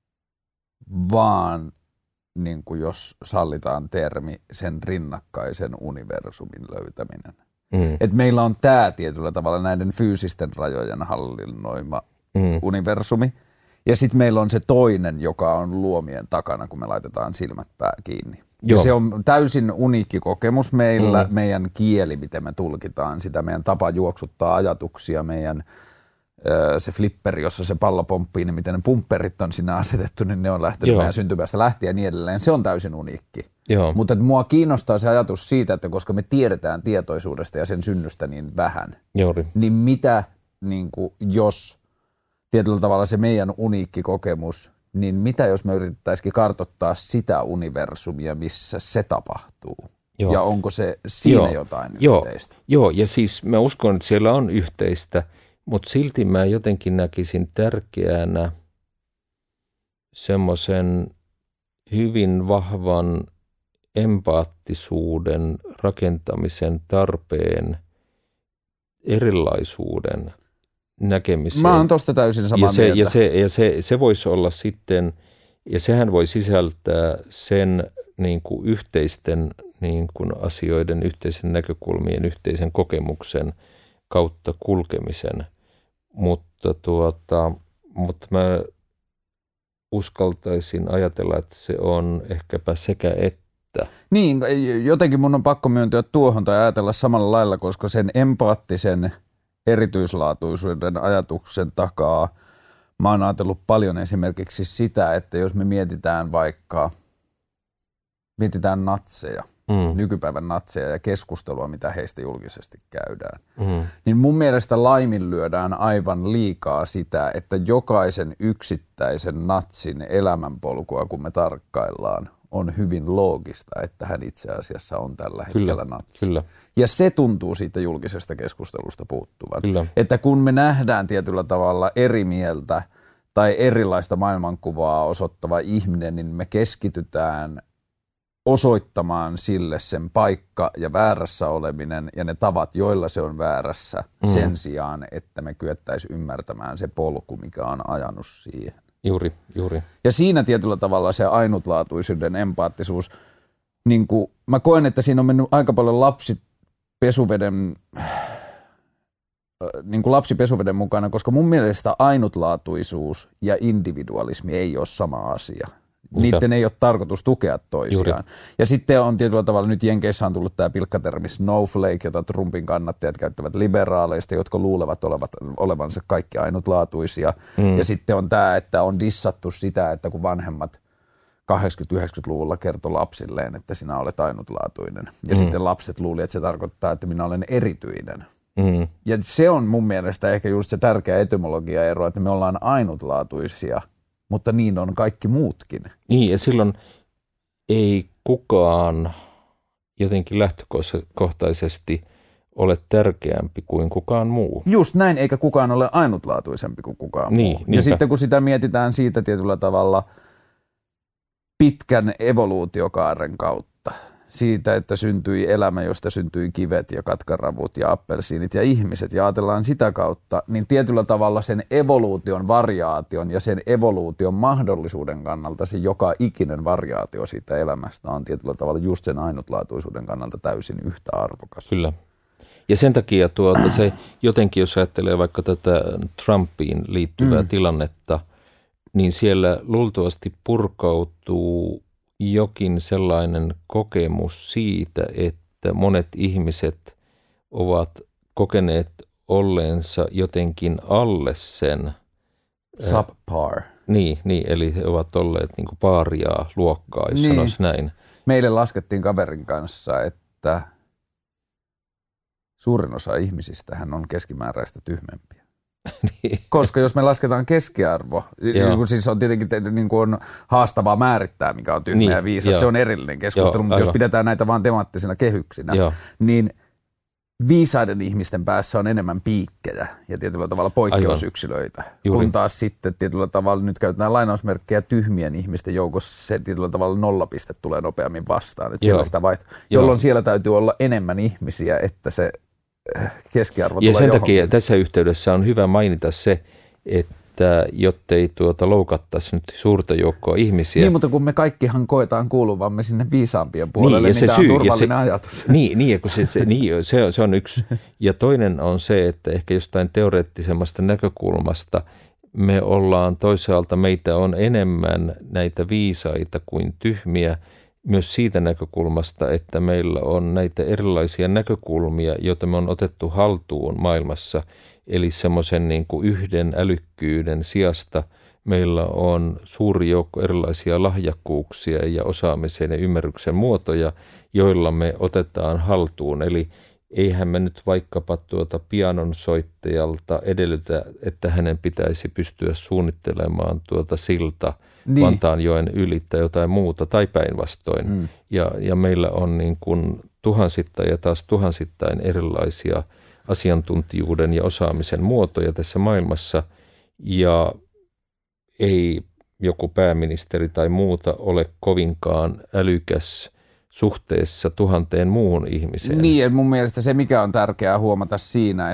Vaan niin kuin jos sallitaan termi, sen rinnakkaisen universumin löytäminen. Et meillä on tämä tietyllä tavalla näiden fyysisten rajojen hallinnoima universumi. Ja sitten meillä on se toinen, joka on luomien takana, kun me laitetaan silmät kiinni. Ja se on täysin uniikki kokemus meillä, meidän kieli, miten me tulkitaan sitä, meidän tapa juoksuttaa ajatuksia, meidän se flipperi, jossa se pallo pomppii, niin miten ne pumpperit on sinne asetettu, niin ne on lähtenyt meidän syntymästä lähtien ja niin edelleen. Se on täysin uniikki. Mutta mua kiinnostaa se ajatus siitä, että koska me tiedetään tietoisuudesta ja sen synnystä niin vähän, niin mitä, niin kuin, jos tietyllä tavalla se meidän uniikki kokemus, niin mitä jos me yritettäisikin kartoittaa sitä universumia, missä se tapahtuu? Ja onko se siinä jotain yhteistä? Joo, ja siis mä uskon, että siellä on yhteistä, mutta silti mä jotenkin näkisin tärkeänä semmoisen hyvin vahvan empaattisuuden rakentamisen tarpeen erilaisuuden näkemiseen. Mä oon tosta täysin samaa mieltä. Ja se voisi olla sitten, ja sehän voi sisältää sen niin kuin yhteisten niin kuin asioiden, yhteisen näkökulmien, yhteisen kokemuksen kautta kulkemisen. Mutta mä uskaltaisin ajatella, että se on ehkäpä sekä että. Niin, jotenkin mun on pakko myöntyä tuohon tai ajatella samalla lailla, koska sen empaattisen erityislaatuisuuden ajatuksen takaa mä oon ajatellut paljon esimerkiksi sitä, että jos me mietitään natseja, nykypäivän natseja ja keskustelua, mitä heistä julkisesti käydään, niin mun mielestä laiminlyödään aivan liikaa sitä, että jokaisen yksittäisen natsin elämänpolkua, kun me tarkkaillaan, on hyvin loogista, että hän itse asiassa on tällä hetkellä natsi. Kyllä. Ja se tuntuu siitä julkisesta keskustelusta puuttuvan. Kyllä. Että kun me nähdään tietyllä tavalla eri mieltä tai erilaista maailmankuvaa osoittava ihminen, niin me keskitytään osoittamaan sille sen paikka ja väärässä oleminen ja ne tavat, joilla se on väärässä sen sijaan, että me kyettäisiin ymmärtämään se polku, mikä on ajanut siihen. Juuri. Ja siinä tietyllä tavalla se ainutlaatuisuuden empaattisuus, niin kuin mä koen, että siinä on mennyt aika paljon lapsipesuveden mukana, koska mun mielestä ainutlaatuisuus ja individualismi ei ole sama asia. Niiden ei ole tarkoitus tukea toisiaan. Ja sitten on tietyllä tavalla, nyt Jenkeissä on tullut tämä pilkkatermi snowflake, jota Trumpin kannattajat käyttävät liberaaleista, jotka luulevat olevansa kaikki ainutlaatuisia. Ja sitten on tämä, että on dissattu sitä, että kun vanhemmat 80-90-luvulla kertoi lapsilleen, että sinä olet ainutlaatuinen. Ja sitten lapset luuli, että se tarkoittaa, että minä olen erityinen. Ja se on mun mielestä ehkä just se tärkeä etymologiaero, että me ollaan ainutlaatuisia, mutta niin on kaikki muutkin. Niin, ja silloin ei kukaan jotenkin lähtökohtaisesti ole tärkeämpi kuin kukaan muu. Just näin, eikä kukaan ole ainutlaatuisempi kuin kukaan muu. Ja sitten kun sitä mietitään siitä tietyllä tavalla pitkän evoluutiokaaren kautta, siitä, että syntyi elämä, josta syntyi kivet ja katkaravut ja appelsiinit ja ihmiset, ja ajatellaan sitä kautta, niin tietyllä tavalla sen evoluution variaation ja sen evoluution mahdollisuuden kannalta se joka ikinen variaatio siitä elämästä on tietyllä tavalla just sen ainutlaatuisuuden kannalta täysin yhtä arvokas. Kyllä. Ja sen takia se jotenkin, jos ajattelee vaikka tätä Trumpiin liittyvää tilannetta, niin siellä luultavasti purkautuu jokin sellainen kokemus siitä, että monet ihmiset ovat kokeneet olleensa jotenkin alle sen. Subpar. Niin, eli he ovat olleet niin kuin pariaa luokkaa, jos sanoisi näin. Meille laskettiin kaverin kanssa, että suurin osa ihmisistähän on keskimääräistä tyhmempiä. Niin. Koska jos me lasketaan keskiarvo, niin siis on tietenkin niin kuin on haastavaa määrittää, mikä on tyhmä ja viisas, se on erillinen keskustelu, mutta jos pidetään näitä vaan temaattisina kehyksinä, niin viisaiden ihmisten päässä on enemmän piikkejä ja tietyllä tavalla poikkeusyksilöitä, kun taas sitten tietyllä tavalla, nyt käytetään lainausmerkkejä, tyhmien ihmisten joukossa se tietyllä tavalla nollapiste tulee nopeammin vastaan, että siellä sitä jolloin siellä täytyy olla enemmän ihmisiä, että se keskiarvo tulee sen johonkin. Takia tässä yhteydessä on hyvä mainita se, että jottei loukattaisi nyt suurta joukkoa ihmisiä. Niin, mutta kun me kaikkihan koetaan kuuluvamme sinne viisaampien puolelle, niin tämä on turvallinen ajatus. Se on yksi. Ja toinen on se, että ehkä jostain teoreettisemmasta näkökulmasta me ollaan toisaalta, meitä on enemmän näitä viisaita kuin tyhmiä, myös siitä näkökulmasta, että meillä on näitä erilaisia näkökulmia, joita me on otettu haltuun maailmassa. Eli semmoisen niin kuin yhden älykkyyden sijasta meillä on suuri joukko erilaisia lahjakkuuksia ja osaamisen ja ymmärryksen muotoja, joilla me otetaan haltuun. Eli eihän me nyt vaikkapa pianonsoittajalta edellytä, että hänen pitäisi pystyä suunnittelemaan silta Vantaanjoen yli tai jotain muuta tai päinvastoin. Ja meillä on niin kuin tuhansittain ja taas tuhansittain erilaisia asiantuntijuuden ja osaamisen muotoja tässä maailmassa, ja ei joku pääministeri tai muuta ole kovinkaan älykäs suhteessa 1000 muuhun ihmiseen. Niin, ja mun mielestä se, mikä on tärkeää huomata siinä,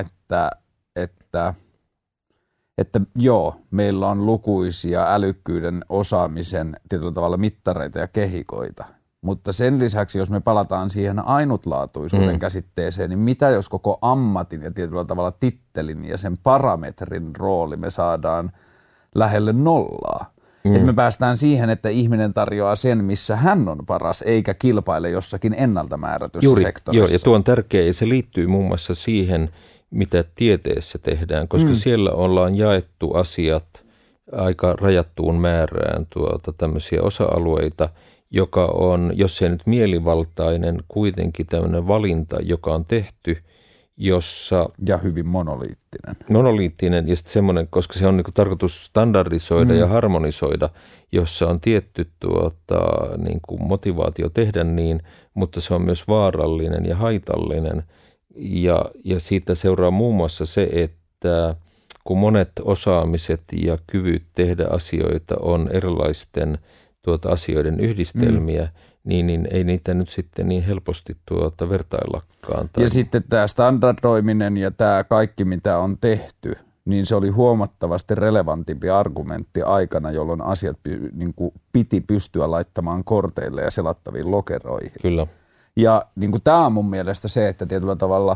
että joo, meillä on lukuisia älykkyyden osaamisen tietyllä tavalla mittareita ja kehikoita, mutta sen lisäksi, jos me palataan siihen ainutlaatuisuuden käsitteeseen, niin mitä jos koko ammatin ja tietyllä tavalla tittelin ja sen parametrin rooli me saadaan lähelle nollaa? Että me päästään siihen, että ihminen tarjoaa sen, missä hän on paras, eikä kilpaile jossakin ennalta määrätyssä sektorissa. Joo, ja tuo on tärkeä, ja se liittyy muun muassa siihen, mitä tieteessä tehdään, koska siellä ollaan jaettu asiat aika rajattuun määrään tämmöisiä osa-alueita, joka on, jos ei nyt mielivaltainen, kuitenkin tämmöinen valinta, joka on tehty, jossa... Ja hyvin monoliittinen. Monoliittinen ja sitten semmoinen, koska se on niinku tarkoitus standardisoida ja harmonisoida, jossa on tietty niinku motivaatio tehdä niin, mutta se on myös vaarallinen ja haitallinen. Ja siitä seuraa muun muassa se, että kun monet osaamiset ja kyvyt tehdä asioita on erilaisten asioiden yhdistelmiä, niin ei niitä nyt sitten niin helposti vertaillakaan. Ja sitten tämä standardoiminen ja tämä kaikki, mitä on tehty, niin se oli huomattavasti relevantimpi argumentti aikana, jolloin asiat niin kuin piti pystyä laittamaan korteille ja selattaviin lokeroihin. Kyllä. Ja niin kuin tämä on mun mielestä se, että tietyllä tavalla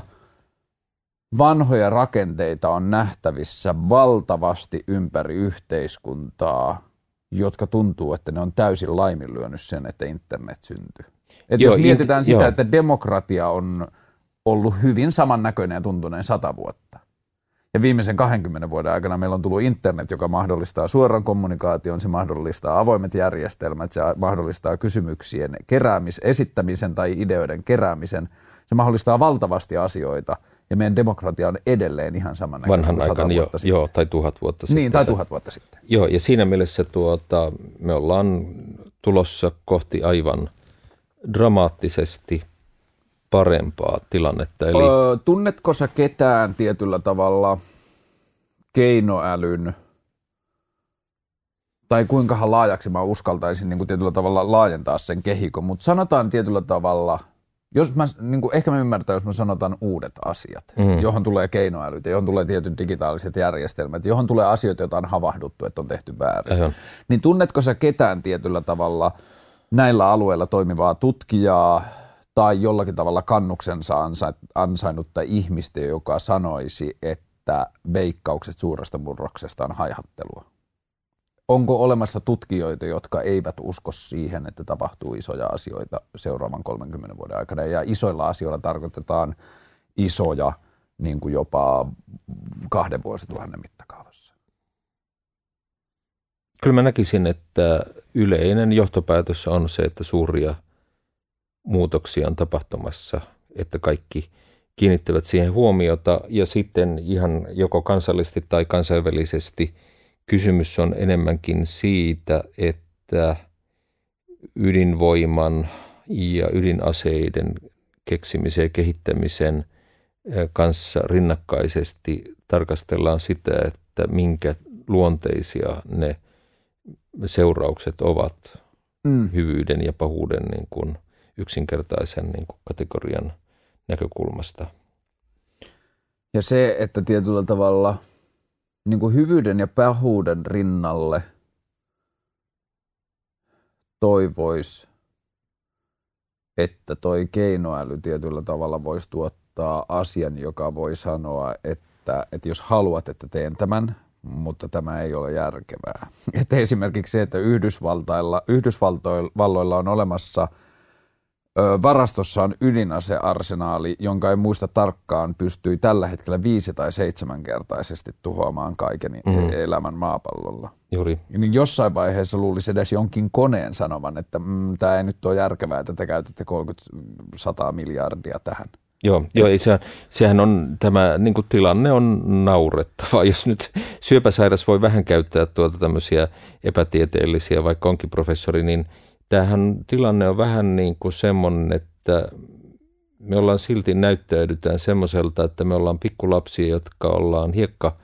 vanhoja rakenteita on nähtävissä valtavasti ympäri yhteiskuntaa, jotka tuntuu, että ne on täysin laiminlyönyt sen, että internet syntyy. Että jos mietitään sitä, että demokratia on ollut hyvin samannäköinen ja tuntuneen 100 vuotta. Ja viimeisen 20 vuoden aikana meillä on tullut internet, joka mahdollistaa suoran kommunikaation, se mahdollistaa avoimet järjestelmät, se mahdollistaa kysymyksien esittämisen tai ideoiden keräämisen. Se mahdollistaa valtavasti asioita ja meidän demokratia on edelleen ihan samannäköinen vanhan aikana jo, tai 1000 vuotta sitten. Niin, tai 1000 vuotta sitten. Joo, ja siinä mielessä me ollaan tulossa kohti aivan dramaattisesti parempaa tilannetta. Eli... Tunnetko sä ketään tietyllä tavalla keinoälyn, tai kuinkahan laajaksi mä uskaltaisin niin kuin tietyllä tavalla laajentaa sen kehikon, mutta sanotaan tietyllä tavalla, jos mä, niin kuin ehkä mä ymmärtän, jos mä sanotaan uudet asiat, johon tulee keinoälyt, johon tulee tietyt digitaaliset järjestelmät, johon tulee asioita, joita on havahduttu, että on tehty väärin. Niin tunnetko sä ketään tietyllä tavalla näillä alueilla toimivaa tutkijaa, tai jollakin tavalla kannuksensa ansainnutta ihmistä, joka sanoisi, että veikkaukset suuresta murroksesta on haihattelua? onko olemassa tutkijoita, jotka eivät usko siihen, että tapahtuu isoja asioita seuraavan 30 vuoden aikana? Ja isoilla asioilla tarkoitetaan isoja niin kuin jopa 2 vuosituhannen mittakaavassa. Kyllä mä näkisin, että yleinen johtopäätös on se, että suuria muutoksia on tapahtumassa, että kaikki kiinnittävät siihen huomiota ja sitten ihan joko kansallisesti tai kansainvälisesti kysymys on enemmänkin siitä, että ydinvoiman ja ydinaseiden keksimisen ja kehittämisen kanssa rinnakkaisesti tarkastellaan sitä, että minkä luonteisia ne seuraukset ovat hyvyyden ja pahuuden niin kuin yksinkertaisen niin kuin kategorian näkökulmasta. Ja se, että tietyllä tavalla niin kuin hyvyyden ja pahuuden rinnalle toivoisi, että toi keinoäly tietyllä tavalla voisi tuottaa asian, joka voi sanoa, että jos haluat, että teen tämän, mutta tämä ei ole järkevää. Että esimerkiksi se, että Yhdysvalloilla on olemassa varastossaan ydinasearsenaali, jonka ei muista tarkkaan, pystyi tällä hetkellä 5 tai 7-kertaisesti tuhoamaan kaiken elämän maapallolla. Juuri. Niin jossain vaiheessa luulisi edes jonkin koneen sanovan, että tämä ei nyt ole järkevää, että te käytätte 30-100 miljardia tähän. Joo, sehän on, tämä niin kuin tilanne on naurettava. Jos nyt syöpäsairas voi vähän käyttää tämmöisiä epätieteellisiä, vaikka onkin professori, niin tämähän tilanne on vähän niin kuin semmoinen, että me ollaan silti näyttäydytään semmoiselta, että me ollaan pikkulapsia, jotka ollaan hiekka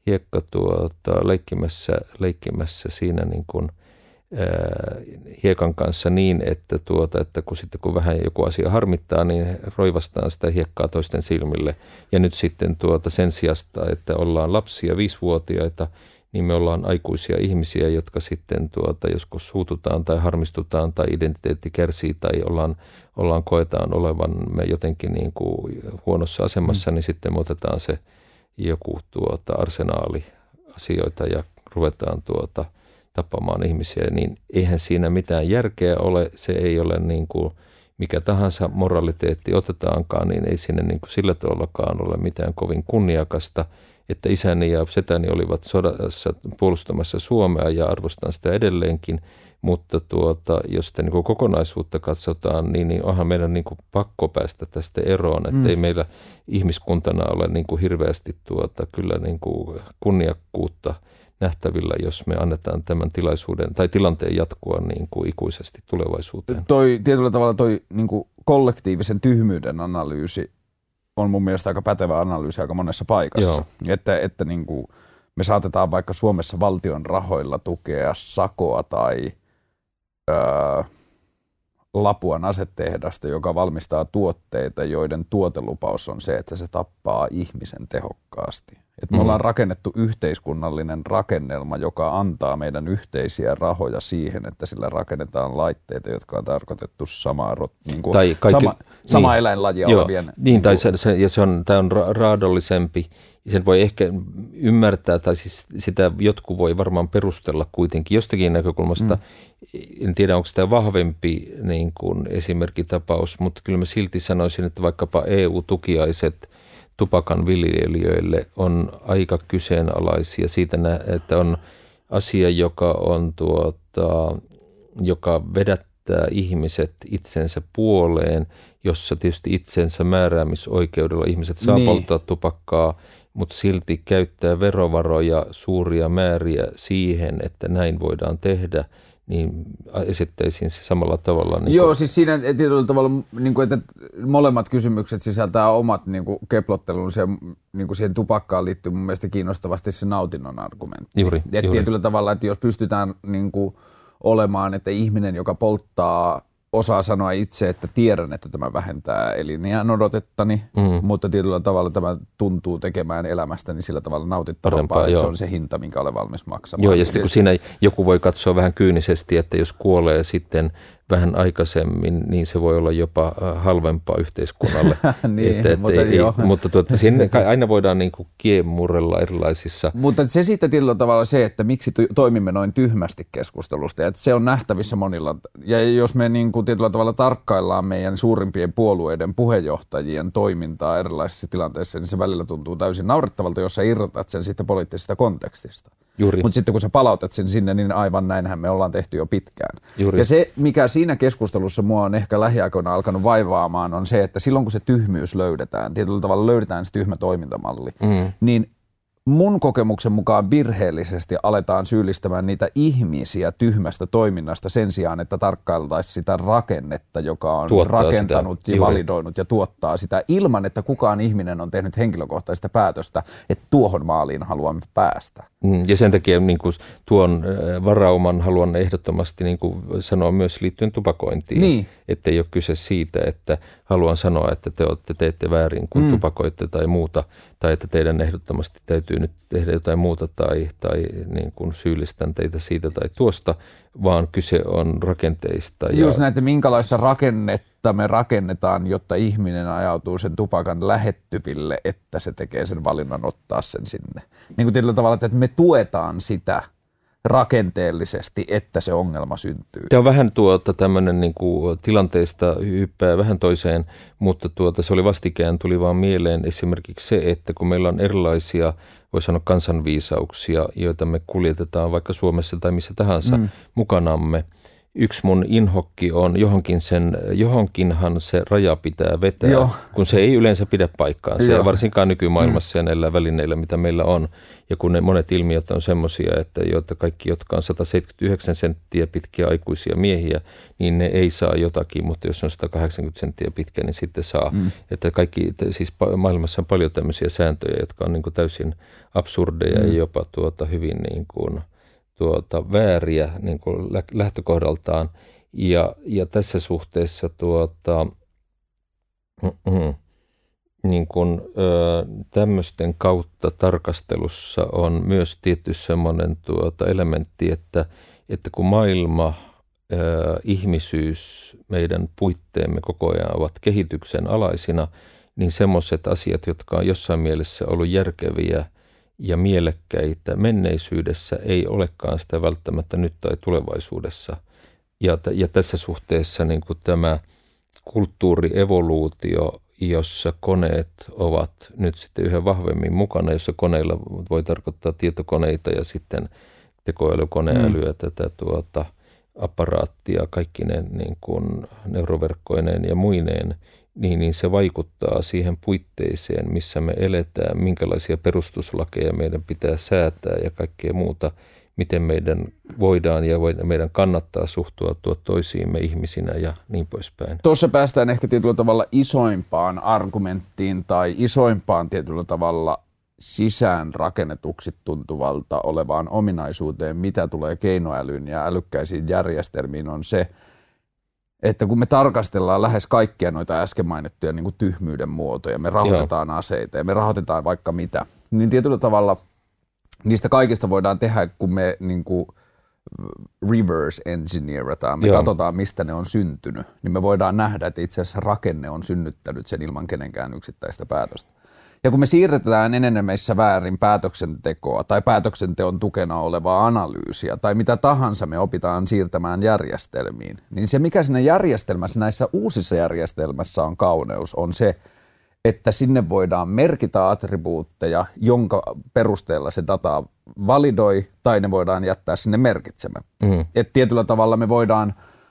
leikkimässä siinä niin kuin hiekan kanssa niin, että kun vähän joku asia harmittaa, niin roivastaan sitä hiekkaa toisten silmille. Ja nyt sitten sen sijasta, että ollaan lapsia 5-vuotiaita, niin me ollaan aikuisia ihmisiä, jotka sitten joskus suututaan tai harmistutaan tai identiteetti kärsii tai koetaan olevan me jotenkin niin kuin huonossa asemassa, niin sitten me otetaan se joku arsenaali asioita ja ruvetaan tappamaan ihmisiä, niin eihän siinä mitään järkeä ole, se ei ole niin kuin mikä tahansa moraliteetti otetaankaan, niin ei siinä niin kuin sillä tavallakaan ole mitään kovin kunniakasta, että isäni ja setäni olivat sodassa puolustamassa Suomea ja arvostan sitä edelleenkin, mutta jos sitä niin kuin kokonaisuutta katsotaan, niin onhan meidän niin kuin pakko päästä tästä eroon, että ei meillä ihmiskuntana ole niin kuin hirveästi kyllä niin kuin kunniakkuutta nähtävillä, jos me annetaan tämän tilanteen jatkua niin kuin ikuisesti tulevaisuuteen. Tietyllä tavalla niin kuin kollektiivisen tyhmyyden analyysi on mun mielestä aika pätevä analyysi aika monessa paikassa. Että niin kuin me saatetaan vaikka Suomessa valtion rahoilla tukea Sakoa tai Lapuan asetehdasta, joka valmistaa tuotteita, joiden tuotelupaus on se, että se tappaa ihmisen tehokkaasti. Että me ollaan rakennettu yhteiskunnallinen rakennelma, joka antaa meidän yhteisiä rahoja siihen, että sillä rakennetaan laitteita, jotka on tarkoitettu sama eläinlajia olevien. Niin, tämä on raadollisempi. Sen voi ehkä ymmärtää, tai siis sitä jotkut voi varmaan perustella kuitenkin jostakin näkökulmasta. En tiedä, onko tämä vahvempi niin kuin esimerkkitapaus, mutta kyllä mä silti sanoisin, että vaikkapa EU-tukiaiset tupakan viljelijöille on aika kyseenalaisia siitä, että on asia, joka vedättää ihmiset itsensä puoleen, jossa tietysti itsensä määräämisoikeudella ihmiset saa polttaa tupakkaa, mutta silti käyttää verovaroja suuria määriä siihen, että näin voidaan tehdä, niin esittäisin se samalla tavalla. Joo, siis siinä tietyllä tavalla, niin kuin, että molemmat kysymykset sisältää omat niin kuin keplottelunsa ja niin kuin siihen tupakkaan liittyy mun mielestä kiinnostavasti se nautinnon argumentti. Juuri. Tietyllä tavalla, että jos pystytään niin kuin olemaan, että ihminen, joka polttaa, osaa sanoa itse, että tiedän, että tämä vähentää eliniän odotettani, mutta tietyllä tavalla tämä tuntuu tekemään elämästäni sillä tavalla nautittavampaa, että se on se hinta, minkä olen valmis maksamaan. Joo, ja sitten kun siinä joku voi katsoa vähän kyynisesti, että jos kuolee sitten vähän aikaisemmin, niin se voi olla jopa halvempaa yhteiskunnalle. Niin, mutta sinne aina voidaan niin kuin kiemurrella erilaisissa. Mutta se sitten tietyllä tavalla se, että miksi toimimme noin tyhmästi keskustelusta, ja että se on nähtävissä monilla. Ja jos me niin kuin tietyllä tavalla tarkkaillaan meidän suurimpien puolueiden puheenjohtajien toimintaa erilaisissa tilanteissa, niin se välillä tuntuu täysin naurettavalta, jos sä irrotat sen sitten poliittisesta kontekstista. Mutta sitten kun sä palautat sen sinne, niin aivan näinhän me ollaan tehty jo pitkään. Juuri. Ja se, mikä siinä keskustelussa mua on ehkä lähiaikoina alkanut vaivaamaan, on se, että silloin kun se tyhmyys löydetään, tietyllä tavalla löydetään se tyhmä toimintamalli, niin mun kokemuksen mukaan virheellisesti aletaan syyllistämään niitä ihmisiä tyhmästä toiminnasta sen sijaan, että tarkkailtaisiin sitä rakennetta, joka on tuottaa rakentanut sitä. Ja validoinut ja tuottaa sitä ilman, että kukaan ihminen on tehnyt henkilökohtaista päätöstä, että tuohon maaliin haluamme päästä. Ja sen takia niin kuin tuon varauman haluan ehdottomasti niin kuin sanoa myös liittyen tupakointiin, niin. Että ei ole kyse siitä, että haluan sanoa, että te teette väärin, kun tupakoitte tai muuta, tai että teidän ehdottomasti täytyy nyt tehdä jotain muuta tai niin kuin syyllistän teitä siitä tai tuosta, vaan kyse on rakenteista. Just näin, että minkälaista rakennetta me rakennetaan, jotta ihminen ajautuu sen tupakan lähettyville, että se tekee sen valinnan ottaa sen sinne. Niin kuin tietyllä tavalla, että me tuetaan sitä rakenteellisesti, että se ongelma syntyy. Tämä on vähän tämmöinen niin kuin tilanteesta hyppää vähän toiseen, mutta se oli vastikään, tuli vaan mieleen esimerkiksi se, että kun meillä on erilaisia, voi sanoa kansanviisauksia, joita me kuljetetaan vaikka Suomessa tai missä tahansa mukanamme. Yksi mun inhokki on, johonkinhan se raja pitää vetää, kun se ei yleensä pidä paikkaansa, ja varsinkaan nykymaailmassa ja näillä välineillä, mitä meillä on. Ja kun ne monet ilmiöt on semmoisia, että kaikki, jotka on 179 senttiä pitkiä aikuisia miehiä, niin ne ei saa jotakin, mutta jos on 180 senttiä pitkä, niin sitten saa. Että siis maailmassa on paljon tämmöisiä sääntöjä, jotka on niin kuin täysin absurdeja ja jopa hyvin niin kuin vääriä niin kuin lähtökohdaltaan, ja tässä suhteessa niin kuin, tämmöisten kautta tarkastelussa on myös tietty semmoinen elementti, että kun maailma, ihmisyys, meidän puitteemme koko ajan ovat kehityksen alaisina, niin semmoiset asiat, jotka on jossain mielessä ollut järkeviä ja mielekkäitä menneisyydessä, ei olekaan sitä välttämättä nyt tai tulevaisuudessa. Ja tässä suhteessa niin kuin tämä kulttuurievoluutio, jossa koneet ovat nyt sitten yhä vahvemmin mukana, jossa koneilla voi tarkoittaa tietokoneita ja sitten tekoälykoneälyä, tätä apparaattia, kaikki ne niin kuin neuroverkkoineen ja muineen, niin se vaikuttaa siihen puitteeseen, missä me eletään, minkälaisia perustuslakeja meidän pitää säätää ja kaikkea muuta, miten meidän voidaan ja meidän kannattaa suhtautua toisiimme ihmisinä ja niin poispäin. Tuossa päästään ehkä tietyllä tavalla isoimpaan argumenttiin tai isoimpaan tietyllä tavalla sisään rakennetuksi tuntuvalta olevaan ominaisuuteen, mitä tulee keinoälyyn ja älykkäisiin järjestelmiin, on se, että kun me tarkastellaan lähes kaikkia noita äsken mainittuja niin kuin tyhmyyden muotoja, me rahoitetaan aseita ja me rahoitetaan vaikka mitä, niin tietyllä tavalla niistä kaikista voidaan tehdä, kun me niin kuin reverse engineerataan, me katsotaan mistä ne on syntynyt, niin me voidaan nähdä, että itse asiassa rakenne on synnyttänyt sen ilman kenenkään yksittäistä päätöstä. Ja kun me siirretään enenemässä väärin päätöksentekoa tai päätöksenteon tukena olevaa analyysiä tai mitä tahansa me opitaan siirtämään järjestelmiin, niin se mikä siinä järjestelmässä, näissä uusissa järjestelmässä on kauneus, on se, että sinne voidaan merkitä attribuutteja, jonka perusteella se data validoi tai ne voidaan jättää sinne merkitsemättä. Et tietyllä tavalla me voidaan,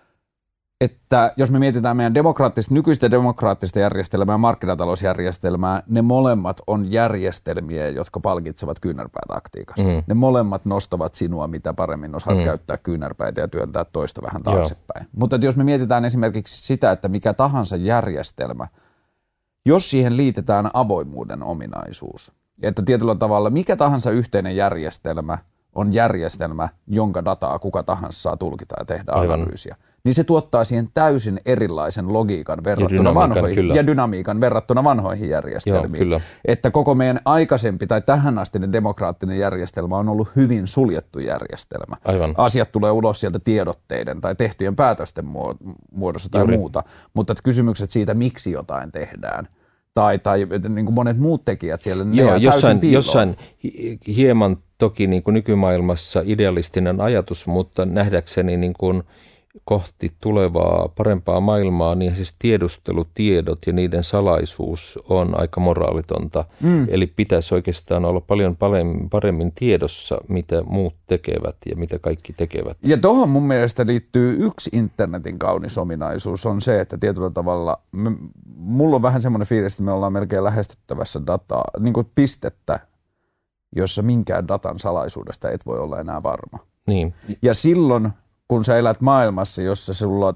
että jos me mietitään meidän nykyistä demokraattista järjestelmää ja markkinatalousjärjestelmää, ne molemmat on järjestelmiä, jotka palkitsevat kyynärpäätaktiikasta. Ne molemmat nostavat sinua, mitä paremmin osaat käyttää kyynärpäitä ja työntää toista vähän taaksepäin. Mutta jos me mietitään esimerkiksi sitä, että mikä tahansa järjestelmä, jos siihen liitetään avoimuuden ominaisuus, että tietyllä tavalla mikä tahansa yhteinen järjestelmä on järjestelmä, jonka dataa kuka tahansa saa tulkita ja tehdä analyysiä, niin se tuottaa siihen täysin erilaisen logiikan verrattuna vanhoihin ja dynamiikan verrattuna vanhoihin järjestelmiin. Joo, että koko meidän aikaisempi tai tähänastinen demokraattinen järjestelmä on ollut hyvin suljettu järjestelmä. Aivan. Asiat tulee ulos sieltä tiedotteiden tai tehtyjen päätösten muodossa tai muuta, mutta kysymykset siitä, miksi jotain tehdään. Tai niin kuin monet muut tekijät siellä, ne jää täysin piiloon. Jossain hieman toki niin kuin nykymaailmassa idealistinen ajatus, mutta nähdäkseni niin kuin kohti tulevaa parempaa maailmaa, niin siis tiedustelutiedot ja niiden salaisuus on aika moraalitonta. Eli pitäisi oikeastaan olla paljon paremmin tiedossa, mitä muut tekevät ja mitä kaikki tekevät. Ja tuohon mun mielestä liittyy yksi internetin kaunis ominaisuus, on se, että tietyllä tavalla, mulla on vähän semmoinen fiilis, että me ollaan melkein lähestyttävässä dataa, niin kuin pistettä, jossa minkään datan salaisuudesta et voi olla enää varma. Niin. Ja silloin, kun sä elät maailmassa, jossa sulla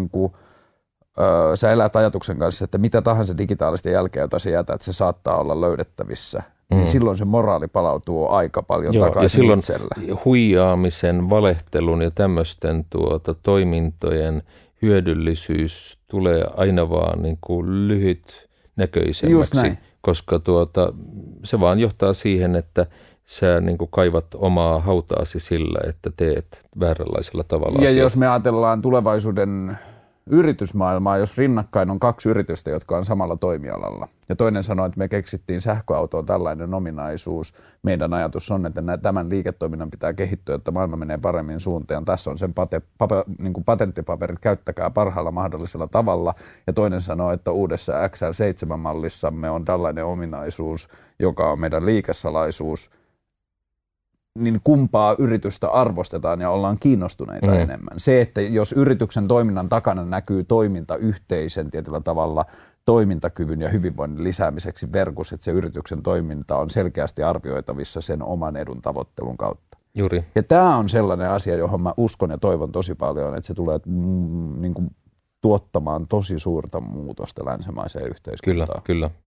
sä elät ajatuksen kanssa, että mitä tahansa digitaalista jälkeä, jota sä jätät, se saattaa olla löydettävissä, niin silloin se moraali palautuu aika paljon takaisin ja silloin itsellä. Huijaamisen, valehtelun ja tämmöisten toimintojen hyödyllisyys tulee aina vaan niin kuin lyhytnäköisemmäksi, koska se vaan johtaa siihen, että sä niin kuin kaivat omaa hautaasi sillä, että teet vääränlaisella tavalla Ja asiat. jos me ajatellaan tulevaisuuden yritysmaailmaa, jos rinnakkain on kaksi yritystä, jotka on samalla toimialalla, ja toinen sanoo, että me keksittiin sähköautoon tällainen ominaisuus, meidän ajatus on, että tämän liiketoiminnan pitää kehittyä, että maailma menee paremmin suuntaan, tässä on sen niin kuin patenttipaperit, käyttäkää parhaalla mahdollisella tavalla, ja toinen sanoo, että uudessa XL7-mallissamme on tällainen ominaisuus, joka on meidän liikesalaisuus, niin kumpaa yritystä arvostetaan ja ollaan kiinnostuneita enemmän. Se, että jos yrityksen toiminnan takana näkyy toiminta yhteisen tietyllä tavalla toimintakyvyn ja hyvinvoinnin lisäämiseksi versus, että se yrityksen toiminta on selkeästi arvioitavissa sen oman edun tavoittelun kautta. Juuri. Ja tämä on sellainen asia, johon mä uskon ja toivon tosi paljon, että se tulee niin kuin tuottamaan tosi suurta muutosta länsimaiseen yhteiskuntaan. Kyllä.